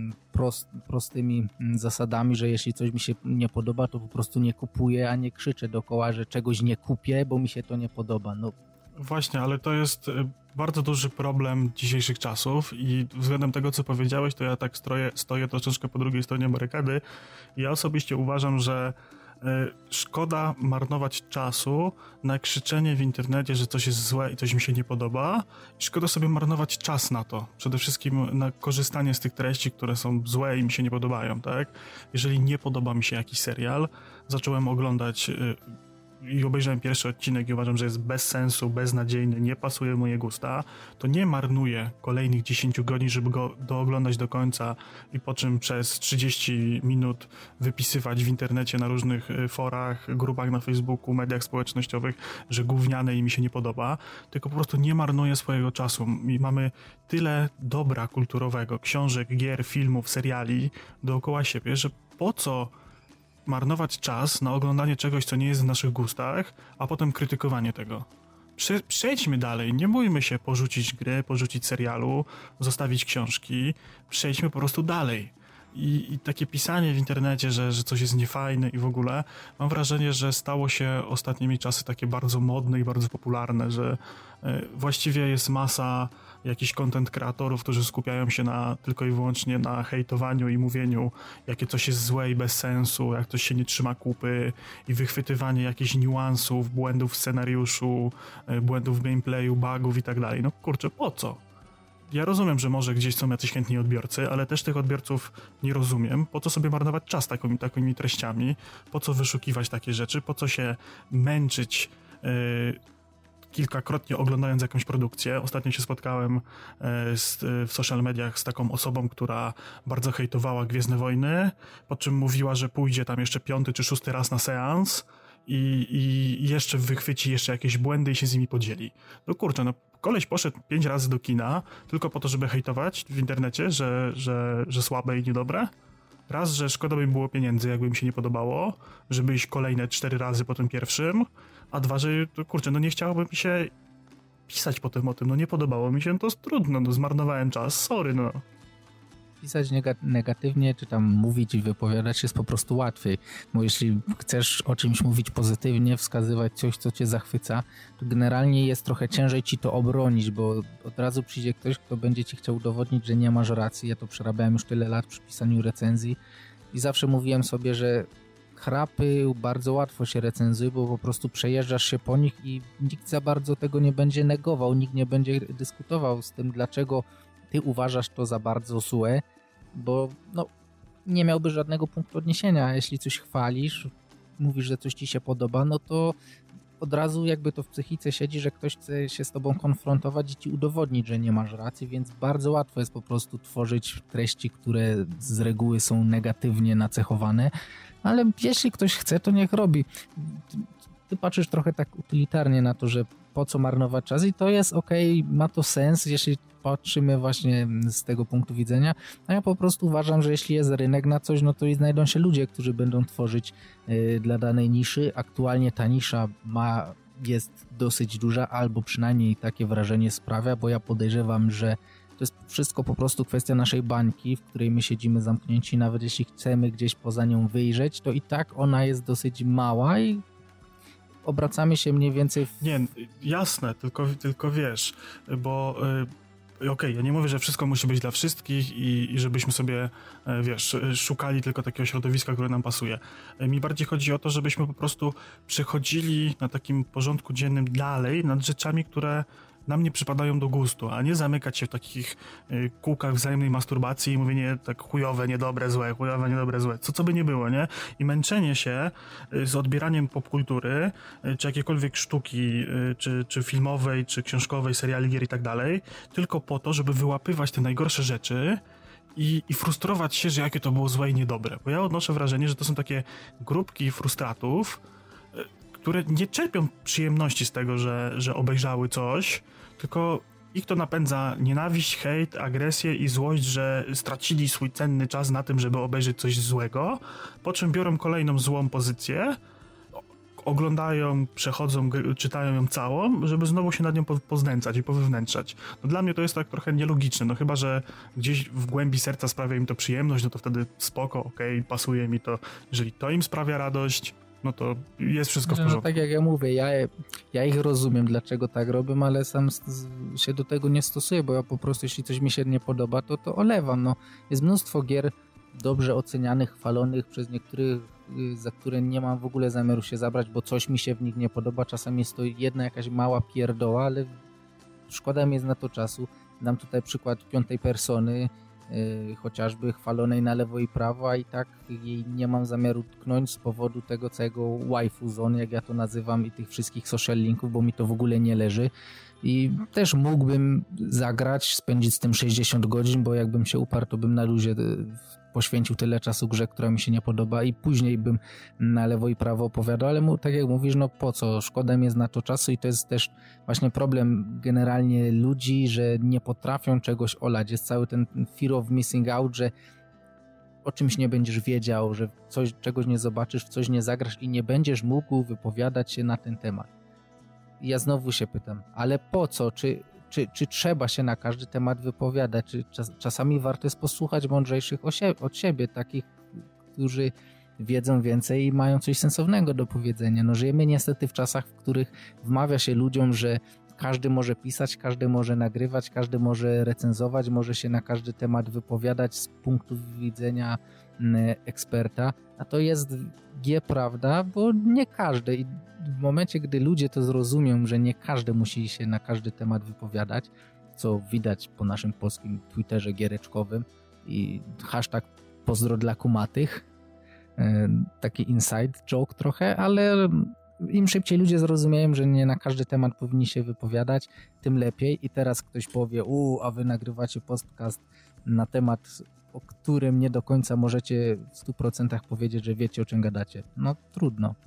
[SPEAKER 2] prostymi zasadami, że jeśli coś mi się nie podoba, to po prostu nie kupuję, a nie krzyczę dookoła, że czegoś nie kupię, bo mi się to nie podoba. No.
[SPEAKER 1] Właśnie, ale to jest bardzo duży problem dzisiejszych czasów i względem tego, co powiedziałeś, to ja tak stoję troszeczkę po drugiej stronie barykady. Ja osobiście uważam, że szkoda marnować czasu na krzyczenie w internecie, że coś jest złe i coś mi się nie podoba. Szkoda sobie marnować czas na to. Przede wszystkim na korzystanie z tych treści, które są złe i mi się nie podobają, tak? Jeżeli nie podoba mi się jakiś serial, zacząłem oglądać i obejrzałem pierwszy odcinek i uważam, że jest bez sensu, beznadziejny, nie pasuje w moje gusta, to nie marnuję kolejnych 10 godzin, żeby go dooglądać do końca i po czym przez 30 minut wypisywać w internecie na różnych forach, grupach na Facebooku, mediach społecznościowych, że gówniane i mi się nie podoba, tylko po prostu nie marnuję swojego czasu. I mamy tyle dobra kulturowego, książek, gier, filmów, seriali dookoła siebie, że po co marnować czas na oglądanie czegoś, co nie jest w naszych gustach, a potem krytykowanie tego. Przejdźmy dalej, nie bójmy się porzucić gry, porzucić serialu, zostawić książki, przejdźmy po prostu dalej. I takie pisanie w internecie, że coś jest niefajne i w ogóle, mam wrażenie, że stało się ostatnimi czasy takie bardzo modne i bardzo popularne, że właściwie jest masa jakichś content kreatorów, którzy skupiają się tylko i wyłącznie na hejtowaniu i mówieniu, jakie coś jest złe i bez sensu, jak coś się nie trzyma kupy i wychwytywanie jakichś niuansów, błędów w scenariuszu, błędów w gameplayu, bugów i tak dalej. No kurczę, po co? Ja rozumiem, że może gdzieś są jacyś chętni odbiorcy, ale też tych odbiorców nie rozumiem. Po co sobie marnować czas takimi treściami? Po co wyszukiwać takie rzeczy? Po co się męczyć kilkakrotnie oglądając jakąś produkcję? Ostatnio się spotkałem w social mediach z taką osobą, która bardzo hejtowała Gwiezdne Wojny, po czym mówiła, że pójdzie tam jeszcze 5. czy 6. raz na seans i jeszcze wychwyci jeszcze jakieś błędy i się z nimi podzieli. No kurczę, no koleś poszedł 5 razy do kina tylko po to, żeby hejtować w internecie, że słabe i niedobre. Raz, że szkoda by mi było pieniędzy, jakby mi się nie podobało, żeby iść kolejne 4 razy po tym pierwszym, a 2, że kurczę, no nie chciałoby mi się pisać potem o tym, no nie podobało mi się, to trudno, no zmarnowałem czas, sorry, no.
[SPEAKER 2] Pisać negatywnie, czy tam mówić i wypowiadać jest po prostu łatwiej, bo jeśli chcesz o czymś mówić pozytywnie, wskazywać coś, co cię zachwyca, to generalnie jest trochę ciężej ci to obronić, bo od razu przyjdzie ktoś, kto będzie ci chciał udowodnić, że nie masz racji. Ja to przerabiałem już tyle lat przy pisaniu recenzji i zawsze mówiłem sobie, że chrapy bardzo łatwo się recenzuje, bo po prostu przejeżdżasz się po nich i nikt za bardzo tego nie będzie negował, nikt nie będzie dyskutował z tym, dlaczego ty uważasz to za bardzo złe, bo no, nie miałby żadnego punktu odniesienia. Jeśli coś chwalisz, mówisz, że coś ci się podoba, no to od razu jakby to w psychice siedzi, że ktoś chce się z tobą konfrontować i ci udowodnić, że nie masz racji, więc bardzo łatwo jest po prostu tworzyć treści, które z reguły są negatywnie nacechowane, ale jeśli ktoś chce, to niech robi. Ty patrzysz trochę tak utylitarnie na to, że po co marnować czas i to jest okej, ma to sens, jeśli patrzymy właśnie z tego punktu widzenia, a ja po prostu uważam, że jeśli jest rynek na coś, no to i znajdą się ludzie, którzy będą tworzyć dla danej niszy. Aktualnie ta nisza jest dosyć duża, albo przynajmniej takie wrażenie sprawia, bo ja podejrzewam, że to jest wszystko po prostu kwestia naszej bańki, w której my siedzimy zamknięci, nawet jeśli chcemy gdzieś poza nią wyjrzeć, to i tak ona jest dosyć mała i obracamy się mniej więcej
[SPEAKER 1] Nie, jasne, tylko wiesz, bo okej, ja nie mówię, że wszystko musi być dla wszystkich i żebyśmy sobie, wiesz, szukali tylko takiego środowiska, które nam pasuje. Mi bardziej chodzi o to, żebyśmy po prostu przechodzili na takim porządku dziennym dalej nad rzeczami, które nam nie przypadają do gustu, a nie zamykać się w takich kółkach wzajemnej masturbacji i mówienie tak chujowe, niedobre, złe, co by nie było, nie? I męczenie się z odbieraniem popkultury, czy jakiejkolwiek sztuki, czy filmowej, czy książkowej, seriali, gier i tak dalej, tylko po to, żeby wyłapywać te najgorsze rzeczy i frustrować się, że jakie to było złe i niedobre. Bo ja odnoszę wrażenie, że to są takie grupki frustratów, które nie czerpią przyjemności z tego, że obejrzały coś, tylko ich to napędza nienawiść, hejt, agresję i złość, że stracili swój cenny czas na tym, żeby obejrzeć coś złego, po czym biorą kolejną złą pozycję, oglądają, przechodzą, czytają ją całą, żeby znowu się nad nią poznęcać i powewnętrzać. No dla mnie to jest tak trochę nielogiczne, no chyba, że gdzieś w głębi serca sprawia im to przyjemność, no to wtedy spoko, okej, pasuje mi to. Jeżeli to im sprawia radość, no to jest wszystko w porządku.
[SPEAKER 2] No tak jak ja mówię, ja ich rozumiem, dlaczego tak robię, ale sam się do tego nie stosuję, bo ja po prostu, jeśli coś mi się nie podoba, to olewam. No, jest mnóstwo gier dobrze ocenianych, chwalonych przez niektórych, za które nie mam w ogóle zamiaru się zabrać, bo coś mi się w nich nie podoba. Czasami jest to jedna jakaś mała pierdoła, ale szkoda mi jest na to czasu. Dam tutaj przykład Piątej Persony, chociażby chwalonej na lewo i prawo, a i tak jej nie mam zamiaru tknąć z powodu tego całego waifu zone, jak ja to nazywam, i tych wszystkich social linków, bo mi to w ogóle nie leży. I też mógłbym zagrać, spędzić z tym 60 godzin, bo jakbym się uparł, to bym na luzie poświęcił tyle czasu grze, która mi się nie podoba, i później bym na lewo i prawo opowiadał, ale tak jak mówisz, no po co? Szkoda mi jest na to czasu i to jest też właśnie problem generalnie ludzi, że nie potrafią czegoś olać. Jest cały ten fear of missing out, że o czymś nie będziesz wiedział, że czegoś nie zobaczysz, w coś nie zagrasz i nie będziesz mógł wypowiadać się na ten temat. I ja znowu się pytam, ale po co? Czy trzeba się na każdy temat wypowiadać? Czy czasami warto jest posłuchać mądrzejszych od siebie, takich, którzy wiedzą więcej i mają coś sensownego do powiedzenia. No, żyjemy niestety w czasach, w których wmawia się ludziom, że każdy może pisać, każdy może nagrywać, każdy może recenzować, może się na każdy temat wypowiadać z punktu widzenia eksperta, a to jest prawda, bo nie każdy. I w momencie, gdy ludzie to zrozumią, że nie każdy musi się na każdy temat wypowiadać, co widać po naszym polskim Twitterze giereczkowym i hashtag pozdro dla kumatych, taki inside joke trochę, ale im szybciej ludzie zrozumieją, że nie na każdy temat powinni się wypowiadać, tym lepiej. I teraz ktoś powie, a wy nagrywacie podcast na temat, o którym nie do końca możecie w 100% powiedzieć, że wiecie, o czym gadacie. No trudno.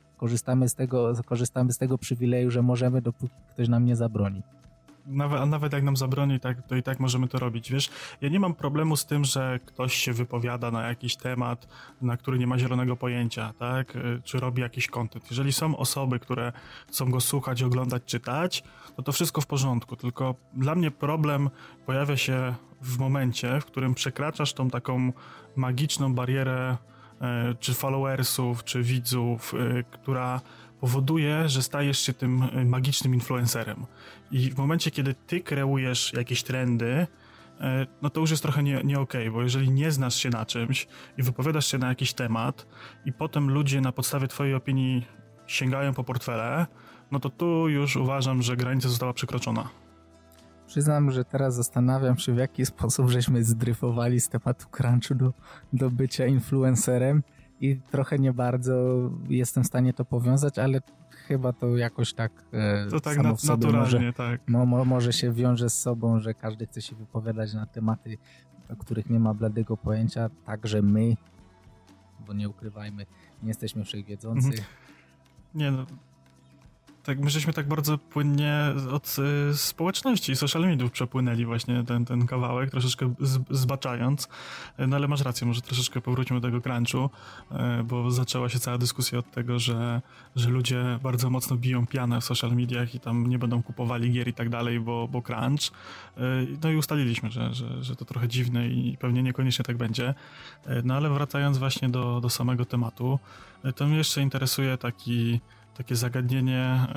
[SPEAKER 2] Korzystamy z tego przywileju, że możemy, dopóki ktoś nam nie zabroni.
[SPEAKER 1] Nawet jak nam zabroni, to i tak możemy to robić, wiesz? Ja nie mam problemu z tym, że ktoś się wypowiada na jakiś temat, na który nie ma zielonego pojęcia, tak? Czy robi jakiś content. Jeżeli są osoby, które chcą go słuchać, oglądać, czytać, to wszystko w porządku, tylko dla mnie problem pojawia się w momencie, w którym przekraczasz tą taką magiczną barierę czy followersów, czy widzów, która powoduje, że stajesz się tym magicznym influencerem. I w momencie, kiedy ty kreujesz jakieś trendy, no to już jest trochę nie okej, bo jeżeli nie znasz się na czymś i wypowiadasz się na jakiś temat i potem ludzie na podstawie twojej opinii sięgają po portfele, no to tu już uważam, że granica została przekroczona.
[SPEAKER 2] Przyznam, że teraz zastanawiam się, w jaki sposób żeśmy zdryfowali z tematu crunchu do bycia influencerem i trochę nie bardzo jestem w stanie to powiązać, ale chyba to jakoś tak
[SPEAKER 1] to tak
[SPEAKER 2] samo w sobie
[SPEAKER 1] naturalnie, tak.
[SPEAKER 2] Może się wiąże z sobą, że każdy chce się wypowiadać na tematy, o których nie ma bladego pojęcia, także my, bo nie ukrywajmy, nie jesteśmy wszechwiedzący.
[SPEAKER 1] Nie no, tak, my żeśmy tak bardzo płynnie od społeczności i social mediów przepłynęli właśnie ten kawałek, troszeczkę zbaczając, no ale masz rację, może troszeczkę powróćmy do tego crunchu, bo zaczęła się cała dyskusja od tego, że ludzie bardzo mocno biją pianę w social mediach i tam nie będą kupowali gier i tak dalej, bo crunch. No i ustaliliśmy, że to trochę dziwne i pewnie niekoniecznie tak będzie. No ale wracając właśnie do samego tematu, to mnie jeszcze interesuje takie zagadnienie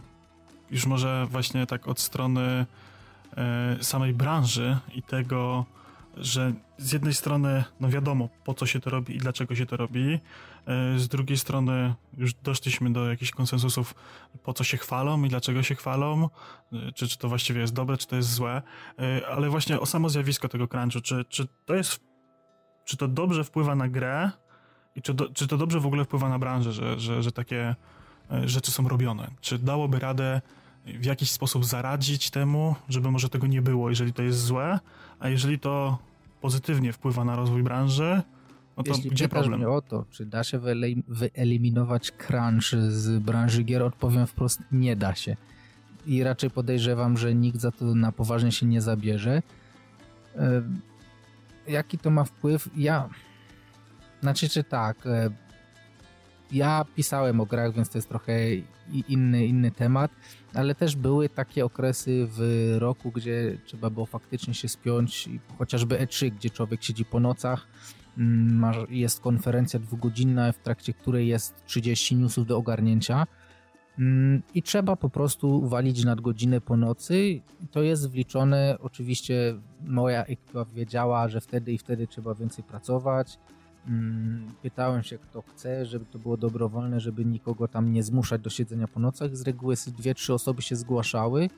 [SPEAKER 1] już może właśnie tak od strony samej branży i tego, że z jednej strony no wiadomo po co się to robi i dlaczego się to robi, z drugiej strony już doszliśmy do jakichś konsensusów po co się chwalą i dlaczego się chwalą, czy to właściwie jest dobre, czy to jest złe, ale właśnie o samo zjawisko tego crunchu, czy to dobrze wpływa na grę i czy to dobrze w ogóle wpływa na branżę, że takie rzeczy są robione. Czy dałoby radę w jakiś sposób zaradzić temu, żeby może tego nie było, jeżeli to jest złe, a jeżeli to pozytywnie wpływa na rozwój branży, no to
[SPEAKER 2] jeśli
[SPEAKER 1] gdzie problem?
[SPEAKER 2] Mnie o to, czy da się wyeliminować crunch z branży gier, odpowiem wprost, nie da się. i raczej podejrzewam, że nikt za to na poważnie się nie zabierze. Jaki to ma wpływ? Ja pisałem o grach, więc to jest trochę inny temat, ale też były takie okresy w roku, gdzie trzeba było faktycznie się spiąć, chociażby E3, gdzie człowiek siedzi po nocach, jest konferencja 2-godzinna, w trakcie której jest 30 newsów do ogarnięcia i trzeba po prostu walić nadgodzinę po nocy. To jest wliczone, oczywiście moja ekipa wiedziała, że wtedy i wtedy trzeba więcej pracować. Pytałem się, kto chce, żeby to było dobrowolne, żeby nikogo tam nie zmuszać do siedzenia po nocach. Z reguły 2-3 osoby się zgłaszały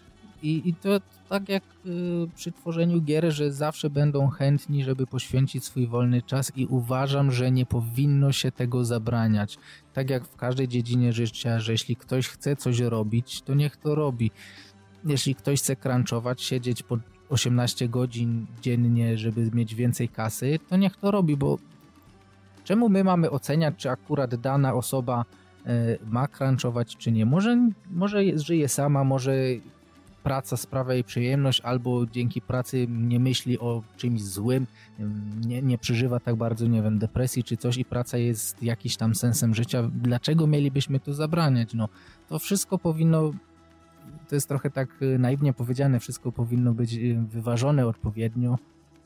[SPEAKER 2] i to tak jak przy tworzeniu gier, że zawsze będą chętni, żeby poświęcić swój wolny czas i uważam, że nie powinno się tego zabraniać. Tak jak w każdej dziedzinie życia, że jeśli ktoś chce coś robić, to niech to robi. Jeśli ktoś chce crunchować, siedzieć po 18 godzin dziennie, żeby mieć więcej kasy, to niech to robi, bo czemu my mamy oceniać, czy akurat dana osoba ma crunchować, czy nie? Może żyje sama, może praca sprawia jej przyjemność, albo dzięki pracy nie myśli o czymś złym, nie przeżywa tak bardzo, nie wiem, depresji czy coś i praca jest jakiś tam sensem życia. Dlaczego mielibyśmy to zabraniać? No, to wszystko powinno, to jest trochę tak naiwnie powiedziane, wszystko powinno być wyważone odpowiednio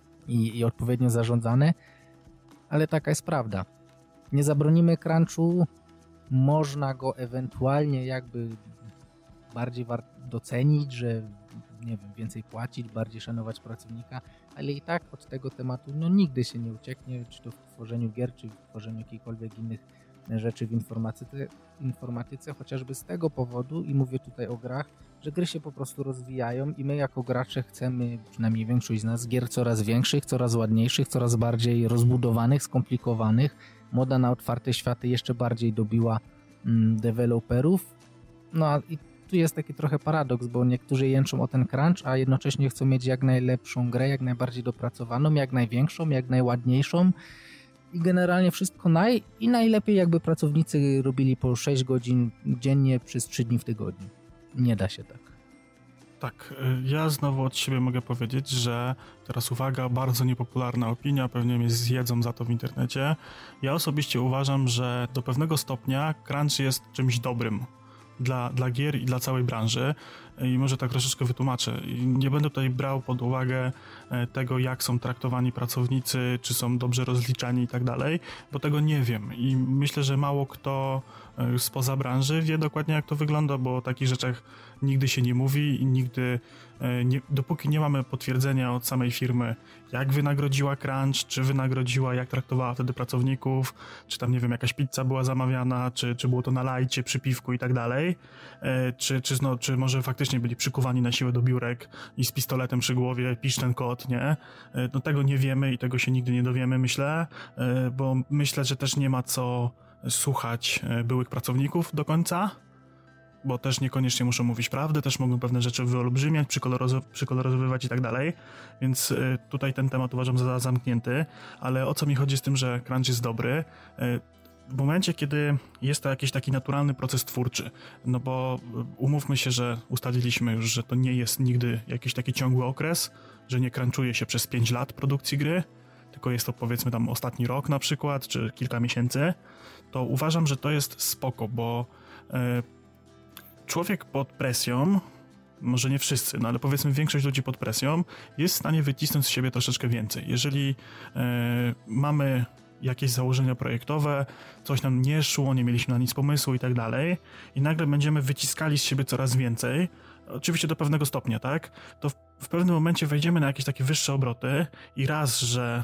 [SPEAKER 2] i odpowiednio zarządzane, ale taka jest prawda. Nie zabronimy crunchu, można go ewentualnie jakby bardziej docenić, że nie wiem, więcej płacić, bardziej szanować pracownika, ale i tak od tego tematu nigdy się nie ucieknie, czy to w tworzeniu gier, czy w tworzeniu jakichkolwiek innych rzeczy w informatyce, chociażby z tego powodu, i mówię tutaj o grach, że gry się po prostu rozwijają i my jako gracze chcemy, przynajmniej większość z nas, gier coraz większych, coraz ładniejszych, coraz bardziej rozbudowanych, skomplikowanych. Moda na otwarte światy jeszcze bardziej dobiła deweloperów. I tu jest taki trochę paradoks, bo niektórzy jęczą o ten crunch, a jednocześnie chcą mieć jak najlepszą grę, jak najbardziej dopracowaną, jak największą, jak najładniejszą i generalnie wszystko najlepiej jakby pracownicy robili po 6 godzin dziennie przez 3 dni w tygodniu. Nie da się tak.
[SPEAKER 1] Tak, ja znowu od siebie mogę powiedzieć, że teraz uwaga, bardzo niepopularna opinia, pewnie mnie zjedzą za to w internecie. Ja osobiście uważam, że do pewnego stopnia crunch jest czymś dobrym dla gier i dla całej branży i może tak troszeczkę wytłumaczę. Nie będę tutaj brał pod uwagę tego, jak są traktowani pracownicy, czy są dobrze rozliczani i tak dalej, bo tego nie wiem i myślę, że mało kto spoza branży wie dokładnie, jak to wygląda, bo o takich rzeczach nigdy się nie mówi i nigdy, dopóki nie mamy potwierdzenia od samej firmy, jak wynagrodziła crunch, czy wynagrodziła, jak traktowała wtedy pracowników, czy tam, nie wiem, jakaś pizza była zamawiana, czy było to na lajcie, przy piwku i tak dalej, czy może faktycznie byli przykuwani na siłę do biurek i z pistoletem przy głowie, pisz ten kod, nie? No tego nie wiemy i tego się nigdy nie dowiemy, myślę, bo myślę, że też nie ma co słuchać byłych pracowników do końca, bo też niekoniecznie muszą mówić prawdę, też mogą pewne rzeczy wyolbrzymiać, przykoloryzowywać i tak dalej, więc tutaj ten temat uważam za zamknięty, ale o co mi chodzi z tym, że crunch jest dobry? W momencie, kiedy jest to jakiś taki naturalny proces twórczy, no bo umówmy się, że ustaliliśmy już, że to nie jest nigdy jakiś taki ciągły okres, że nie crunchuje się przez 5 lat produkcji gry, tylko jest to powiedzmy tam ostatni rok na przykład, czy kilka miesięcy, to uważam, że to jest spoko, bo człowiek pod presją, może nie wszyscy, no ale powiedzmy większość ludzi pod presją jest w stanie wycisnąć z siebie troszeczkę więcej. Jeżeli mamy jakieś założenia projektowe, coś nam nie szło, nie mieliśmy na nic pomysłu i tak dalej i nagle będziemy wyciskali z siebie coraz więcej, oczywiście do pewnego stopnia, tak? To w pewnym momencie wejdziemy na jakieś takie wyższe obroty i raz, że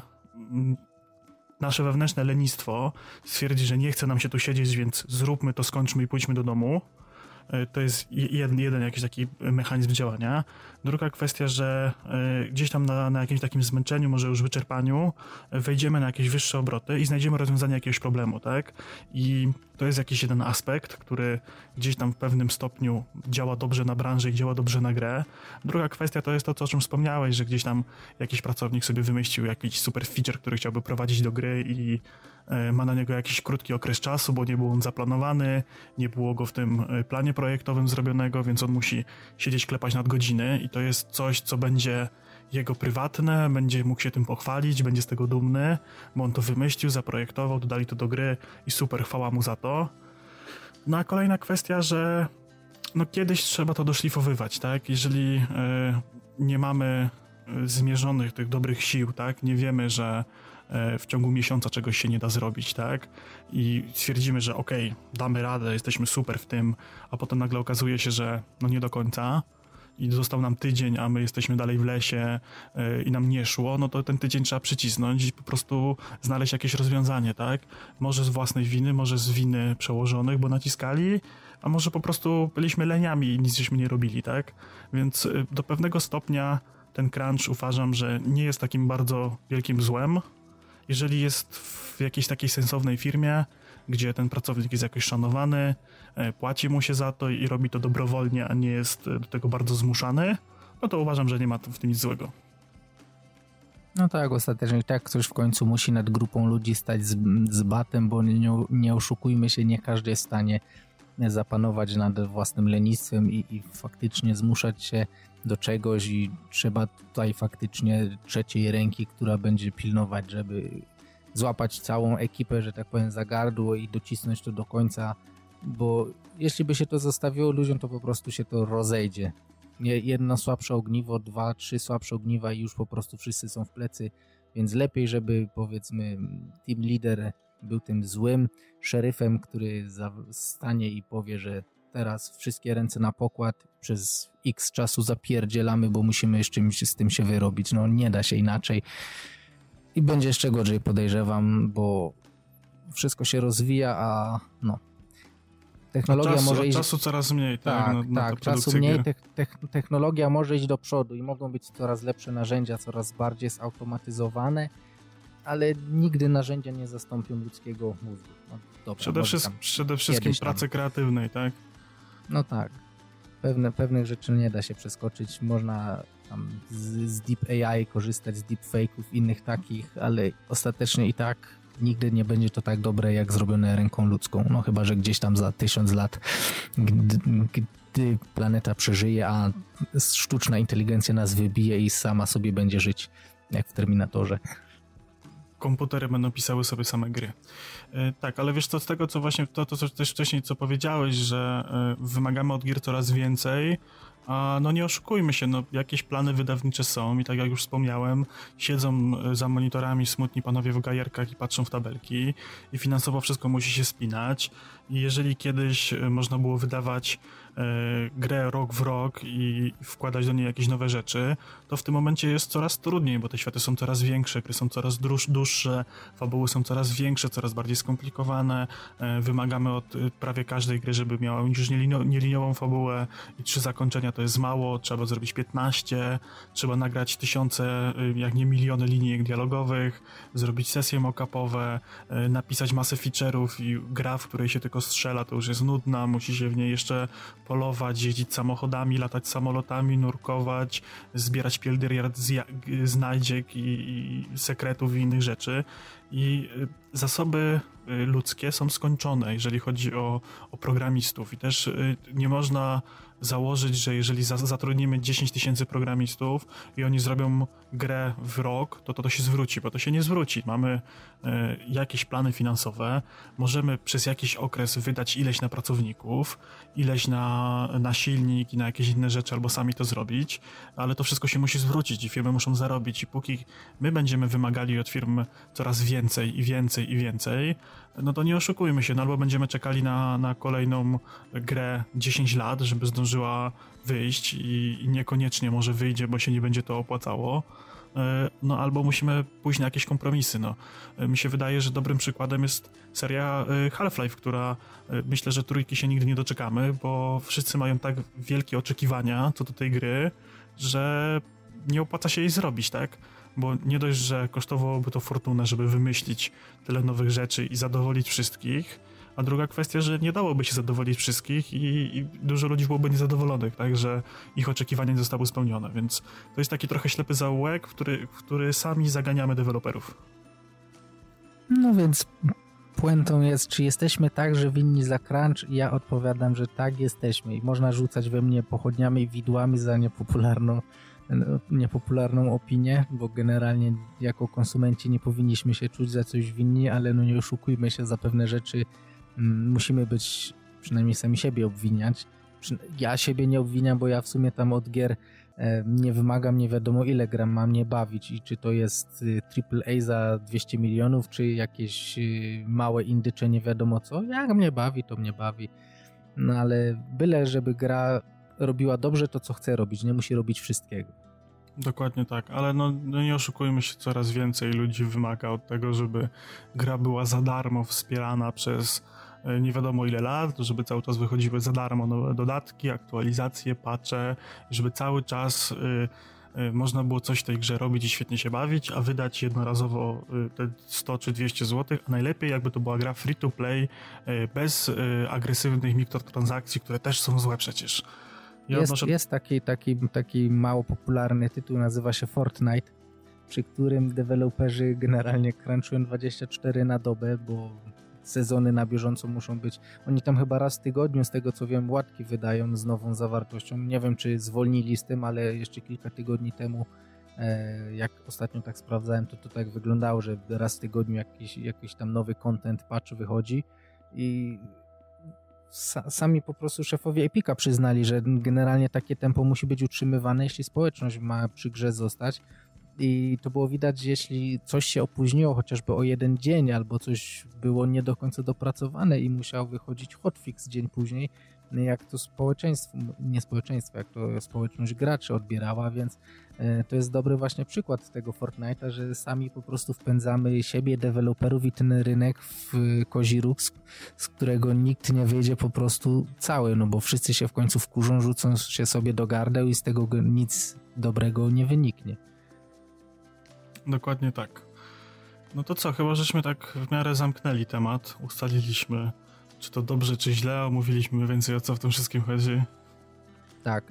[SPEAKER 1] nasze wewnętrzne lenistwo stwierdzi, że nie chce nam się tu siedzieć, więc zróbmy to, skończmy i pójdźmy do domu. To jest jeden jakiś taki mechanizm działania. Druga kwestia, że gdzieś tam na jakimś takim zmęczeniu, może już wyczerpaniu, wejdziemy na jakieś wyższe obroty i znajdziemy rozwiązanie jakiegoś problemu, tak? I to jest jakiś jeden aspekt, który gdzieś tam w pewnym stopniu działa dobrze na branżę i działa dobrze na grę. Druga kwestia to jest to, o czym wspomniałeś, że gdzieś tam jakiś pracownik sobie wymyślił jakiś super feature, który chciałby prowadzić do gry i ma na niego jakiś krótki okres czasu, bo nie był on zaplanowany, nie było go w tym planie projektowym zrobionego, więc on musi siedzieć, klepać nadgodziny i to jest coś, co będzie jego prywatne, będzie mógł się tym pochwalić, będzie z tego dumny, bo on to wymyślił, zaprojektował, dodali to do gry i super, chwała mu za to. No a kolejna kwestia, że no kiedyś trzeba to doszlifowywać, tak? Jeżeli nie mamy zmierzonych tych dobrych sił, tak? Nie wiemy, że w ciągu miesiąca czegoś się nie da zrobić, tak? I stwierdzimy, że okej, damy radę, jesteśmy super w tym, a potem nagle okazuje się, że no nie do końca i został nam tydzień, a my jesteśmy dalej w lesie i nam nie szło, no to ten tydzień trzeba przycisnąć i po prostu znaleźć jakieś rozwiązanie, tak? Może z własnej winy, może z winy przełożonych, bo naciskali, a może po prostu byliśmy leniami i nic żeśmy nie robili, tak? Więc do pewnego stopnia ten crunch uważam, że nie jest takim bardzo wielkim złem, jeżeli jest w jakiejś takiej sensownej firmie, gdzie ten pracownik jest jakoś szanowany, płaci mu się za to i robi to dobrowolnie, a nie jest do tego bardzo zmuszany, no to uważam, że nie ma w tym nic złego.
[SPEAKER 2] No tak, ostatecznie tak ktoś w końcu musi nad grupą ludzi stać z batem, bo nie oszukujmy się, nie każdy jest w stanie zapanować nad własnym lenistwem i faktycznie zmuszać się do czegoś i trzeba tutaj faktycznie trzeciej ręki, która będzie pilnować, żeby złapać całą ekipę, że tak powiem, za gardło i docisnąć to do końca, bo jeśli by się to zostawiło ludziom, to po prostu się to rozejdzie. Jedno słabsze ogniwo, 2, 3 słabsze ogniwa i już po prostu wszyscy są w plecy, więc lepiej, żeby powiedzmy team leader był tym złym szeryfem, który stanie i powie, że teraz wszystkie ręce na pokład, przez x czasu zapierdzielamy, bo musimy jeszcze z tym się wyrobić. No nie da się inaczej. I będzie jeszcze gorzej, podejrzewam, bo wszystko się rozwija, a no technologia może iść...
[SPEAKER 1] czasu coraz mniej, tak?
[SPEAKER 2] Tak, czasu mniej, technologia może iść do przodu i mogą być coraz lepsze narzędzia, coraz bardziej zautomatyzowane, ale nigdy narzędzia nie zastąpią ludzkiego mózgu. No, dobra,
[SPEAKER 1] przede wszystkim pracy kreatywnej, tak?
[SPEAKER 2] No tak. Pewnych rzeczy nie da się przeskoczyć. Można tam z Deep AI korzystać, z deepfake'ów, innych takich, ale ostatecznie i tak nigdy nie będzie to tak dobre, jak zrobione ręką ludzką. No chyba, że gdzieś tam za 1000 lat, gdy planeta przeżyje, a sztuczna inteligencja nas wybije i sama sobie będzie żyć, jak w Terminatorze.
[SPEAKER 1] Komputery będą pisały sobie same gry. Tak, ale wiesz co, z tego co właśnie, to co też wcześniej co powiedziałeś, że wymagamy od gier coraz więcej, a no nie oszukujmy się, no jakieś plany wydawnicze są i tak jak już wspomniałem, siedzą za monitorami smutni panowie w gajerkach i patrzą w tabelki i finansowo wszystko musi się spinać i jeżeli kiedyś można było wydawać grę rok w rok i wkładać do niej jakieś nowe rzeczy, to w tym momencie jest coraz trudniej, bo te światy są coraz większe, gry są coraz dłuższe, fabuły są coraz większe, coraz bardziej skomplikowane, wymagamy od prawie każdej gry, żeby miała już nieliniową fabułę i 3 zakończenia to jest mało, trzeba zrobić 15, trzeba nagrać tysiące, jak nie miliony linijek dialogowych, zrobić sesje mock-upowe, napisać masę feature'ów i gra, w której się tylko strzela, to już jest nudna, musi się w niej jeszcze polować, jeździć samochodami, latać samolotami, nurkować, zbierać pieldyriard znajdziek i sekretów i innych rzeczy. I zasoby ludzkie są skończone, jeżeli chodzi o programistów i też nie można założyć, że jeżeli zatrudnimy 10 000 programistów i oni zrobią grę w rok, to się zwróci, bo to się nie zwróci. Mamy jakieś plany finansowe, możemy przez jakiś okres wydać ileś na pracowników, ileś na silnik i na jakieś inne rzeczy, albo sami to zrobić, ale to wszystko się musi zwrócić i firmy muszą zarobić i póki my będziemy wymagali od firm coraz więcej i więcej i więcej, no to nie oszukujmy się, no albo będziemy czekali na kolejną grę 10 lat, żeby zdążyła wyjść i niekoniecznie może wyjdzie, bo się nie będzie to opłacało, no albo musimy pójść na jakieś kompromisy, no. Mi się wydaje, że dobrym przykładem jest seria Half-Life, która myślę, że 3 się nigdy nie doczekamy, bo wszyscy mają tak wielkie oczekiwania co do tej gry, że nie opłaca się jej zrobić, tak? Bo nie dość, że kosztowałoby to fortunę, żeby wymyślić tyle nowych rzeczy i zadowolić wszystkich, a druga kwestia, że nie dałoby się zadowolić wszystkich i dużo ludzi byłoby niezadowolonych, tak, że ich oczekiwania nie zostały spełnione, więc to jest taki trochę ślepy zaułek, w który sami zaganiamy deweloperów.
[SPEAKER 2] No więc puentą jest, czy jesteśmy także winni za crunch? Ja odpowiadam, że tak, jesteśmy i można rzucać we mnie pochodniami i widłami za niepopularną opinię, bo generalnie jako konsumenci nie powinniśmy się czuć za coś winni, ale no nie oszukujmy się, za pewne rzeczy musimy być, przynajmniej sami siebie obwiniać. Ja siebie nie obwiniam, bo ja w sumie tam od gier nie wymagam nie wiadomo ile gram, ma mnie bawić i czy to jest AAA za 200 milionów, czy jakieś małe indycze nie wiadomo co, jak mnie bawi, to mnie bawi. No ale byle, żeby gra robiła dobrze to, co chce robić, nie musi robić wszystkiego.
[SPEAKER 1] Dokładnie tak, ale no nie oszukujmy się, coraz więcej ludzi wymaga od tego, żeby gra była za darmo wspierana przez nie wiadomo ile lat, żeby cały czas wychodziły za darmo nowe dodatki, aktualizacje, patche, żeby cały czas można było coś w tej grze robić i świetnie się bawić, a wydać jednorazowo te 100 czy 200 zł, a najlepiej jakby to była gra free to play, bez agresywnych mikrotransakcji, które też są złe przecież.
[SPEAKER 2] Jest taki mało popularny tytuł, nazywa się Fortnite, przy którym deweloperzy generalnie crunchują 24 na dobę, bo sezony na bieżąco muszą być. Oni tam chyba raz w tygodniu, z tego co wiem, łatki wydają z nową zawartością. Nie wiem, czy zwolnili z tym, ale jeszcze kilka tygodni temu, jak ostatnio tak sprawdzałem, to tak wyglądało, że raz w tygodniu jakiś tam nowy content, patch wychodzi i sami po prostu szefowie Epica przyznali, że generalnie takie tempo musi być utrzymywane, jeśli społeczność ma przy grze zostać. I to było widać, jeśli coś się opóźniło chociażby o jeden dzień albo coś było nie do końca dopracowane i musiał wychodzić hotfix dzień później, jak to jak to społeczność graczy odbierała, więc to jest dobry właśnie przykład tego Fortnite'a, że sami po prostu wpędzamy siebie, deweloperów i ten rynek w kozi róg, z którego nikt nie wyjdzie po prostu cały, no bo wszyscy się w końcu wkurzą, rzucą się sobie do gardeł i z tego nic dobrego nie wyniknie.
[SPEAKER 1] Dokładnie tak. No to co, chyba żeśmy tak w miarę zamknęli temat, ustaliliśmy, czy to dobrze, czy źle, omówiliśmy mniej więcej, o co w tym wszystkim chodzi.
[SPEAKER 2] Tak,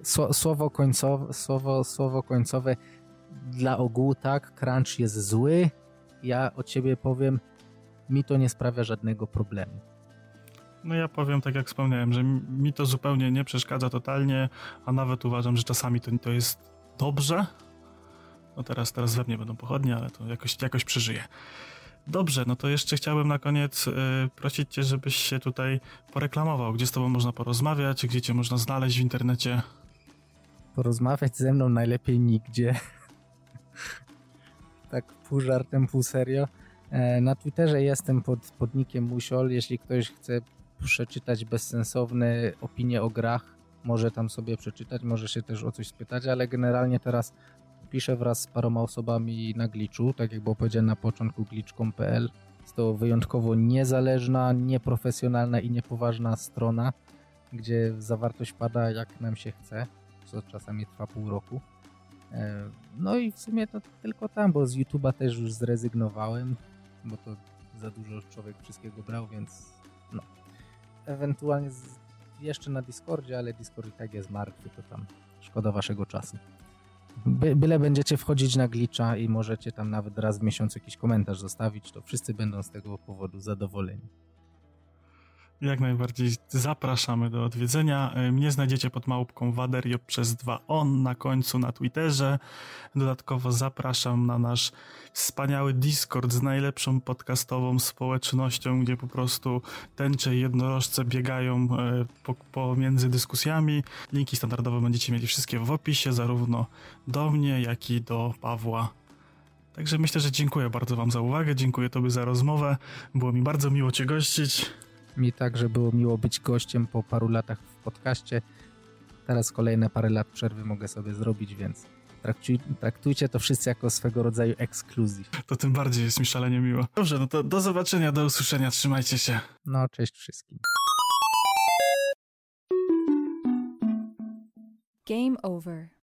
[SPEAKER 2] słowo końcowe dla ogółu, tak, crunch jest zły, ja od siebie powiem, mi to nie sprawia żadnego problemu.
[SPEAKER 1] No ja powiem tak jak wspomniałem, że mi to zupełnie nie przeszkadza totalnie, a nawet uważam, że czasami to jest dobrze. No teraz we mnie będą pochodnie, ale to jakoś przeżyję. Dobrze, no to jeszcze chciałbym na koniec prosić cię, żebyś się tutaj poreklamował. Gdzie z tobą można porozmawiać, gdzie cię można znaleźć w internecie?
[SPEAKER 2] Porozmawiać ze mną najlepiej nigdzie. Tak pół żartem, pół serio. Na Twitterze jestem pod nickiem Musiol. Jeśli ktoś chce przeczytać bezsensowne opinie o grach, może tam sobie przeczytać, może się też o coś spytać, ale generalnie teraz piszę wraz z paroma osobami na Glitchu, tak jak było powiedziane na początku, glitch.pl. Jest to wyjątkowo niezależna, nieprofesjonalna i niepoważna strona, gdzie zawartość pada jak nam się chce, co czasami trwa pół roku. No i w sumie to tylko tam, bo z YouTube'a też już zrezygnowałem, bo to za dużo człowiek wszystkiego brał, więc no. Ewentualnie jeszcze na Discordzie, ale Discord i tak jest martwy, to tam szkoda waszego czasu. Byle będziecie wchodzić na Glitcha i możecie tam nawet raz w miesiącu jakiś komentarz zostawić, to wszyscy będą z tego powodu zadowoleni.
[SPEAKER 1] Jak najbardziej zapraszamy do odwiedzenia. Mnie znajdziecie pod małpką Waderio przez 2 on na końcu na Twitterze. Dodatkowo zapraszam na nasz wspaniały Discord z najlepszą podcastową społecznością, gdzie po prostu tęcze i jednorożce biegają pomiędzy dyskusjami. Linki standardowe będziecie mieli wszystkie w opisie, zarówno do mnie, jak i do Pawła. Także myślę, że dziękuję bardzo wam za uwagę, dziękuję tobie za rozmowę. Było mi bardzo miło cię gościć.
[SPEAKER 2] Mi także było miło być gościem po paru latach w podcaście. Teraz kolejne parę lat przerwy mogę sobie zrobić, więc traktujcie to wszyscy jako swego rodzaju ekskluzyw.
[SPEAKER 1] To tym bardziej jest mi szalenie miło. Dobrze, no to do zobaczenia, do usłyszenia, trzymajcie się.
[SPEAKER 2] No, cześć wszystkim.
[SPEAKER 3] Game over.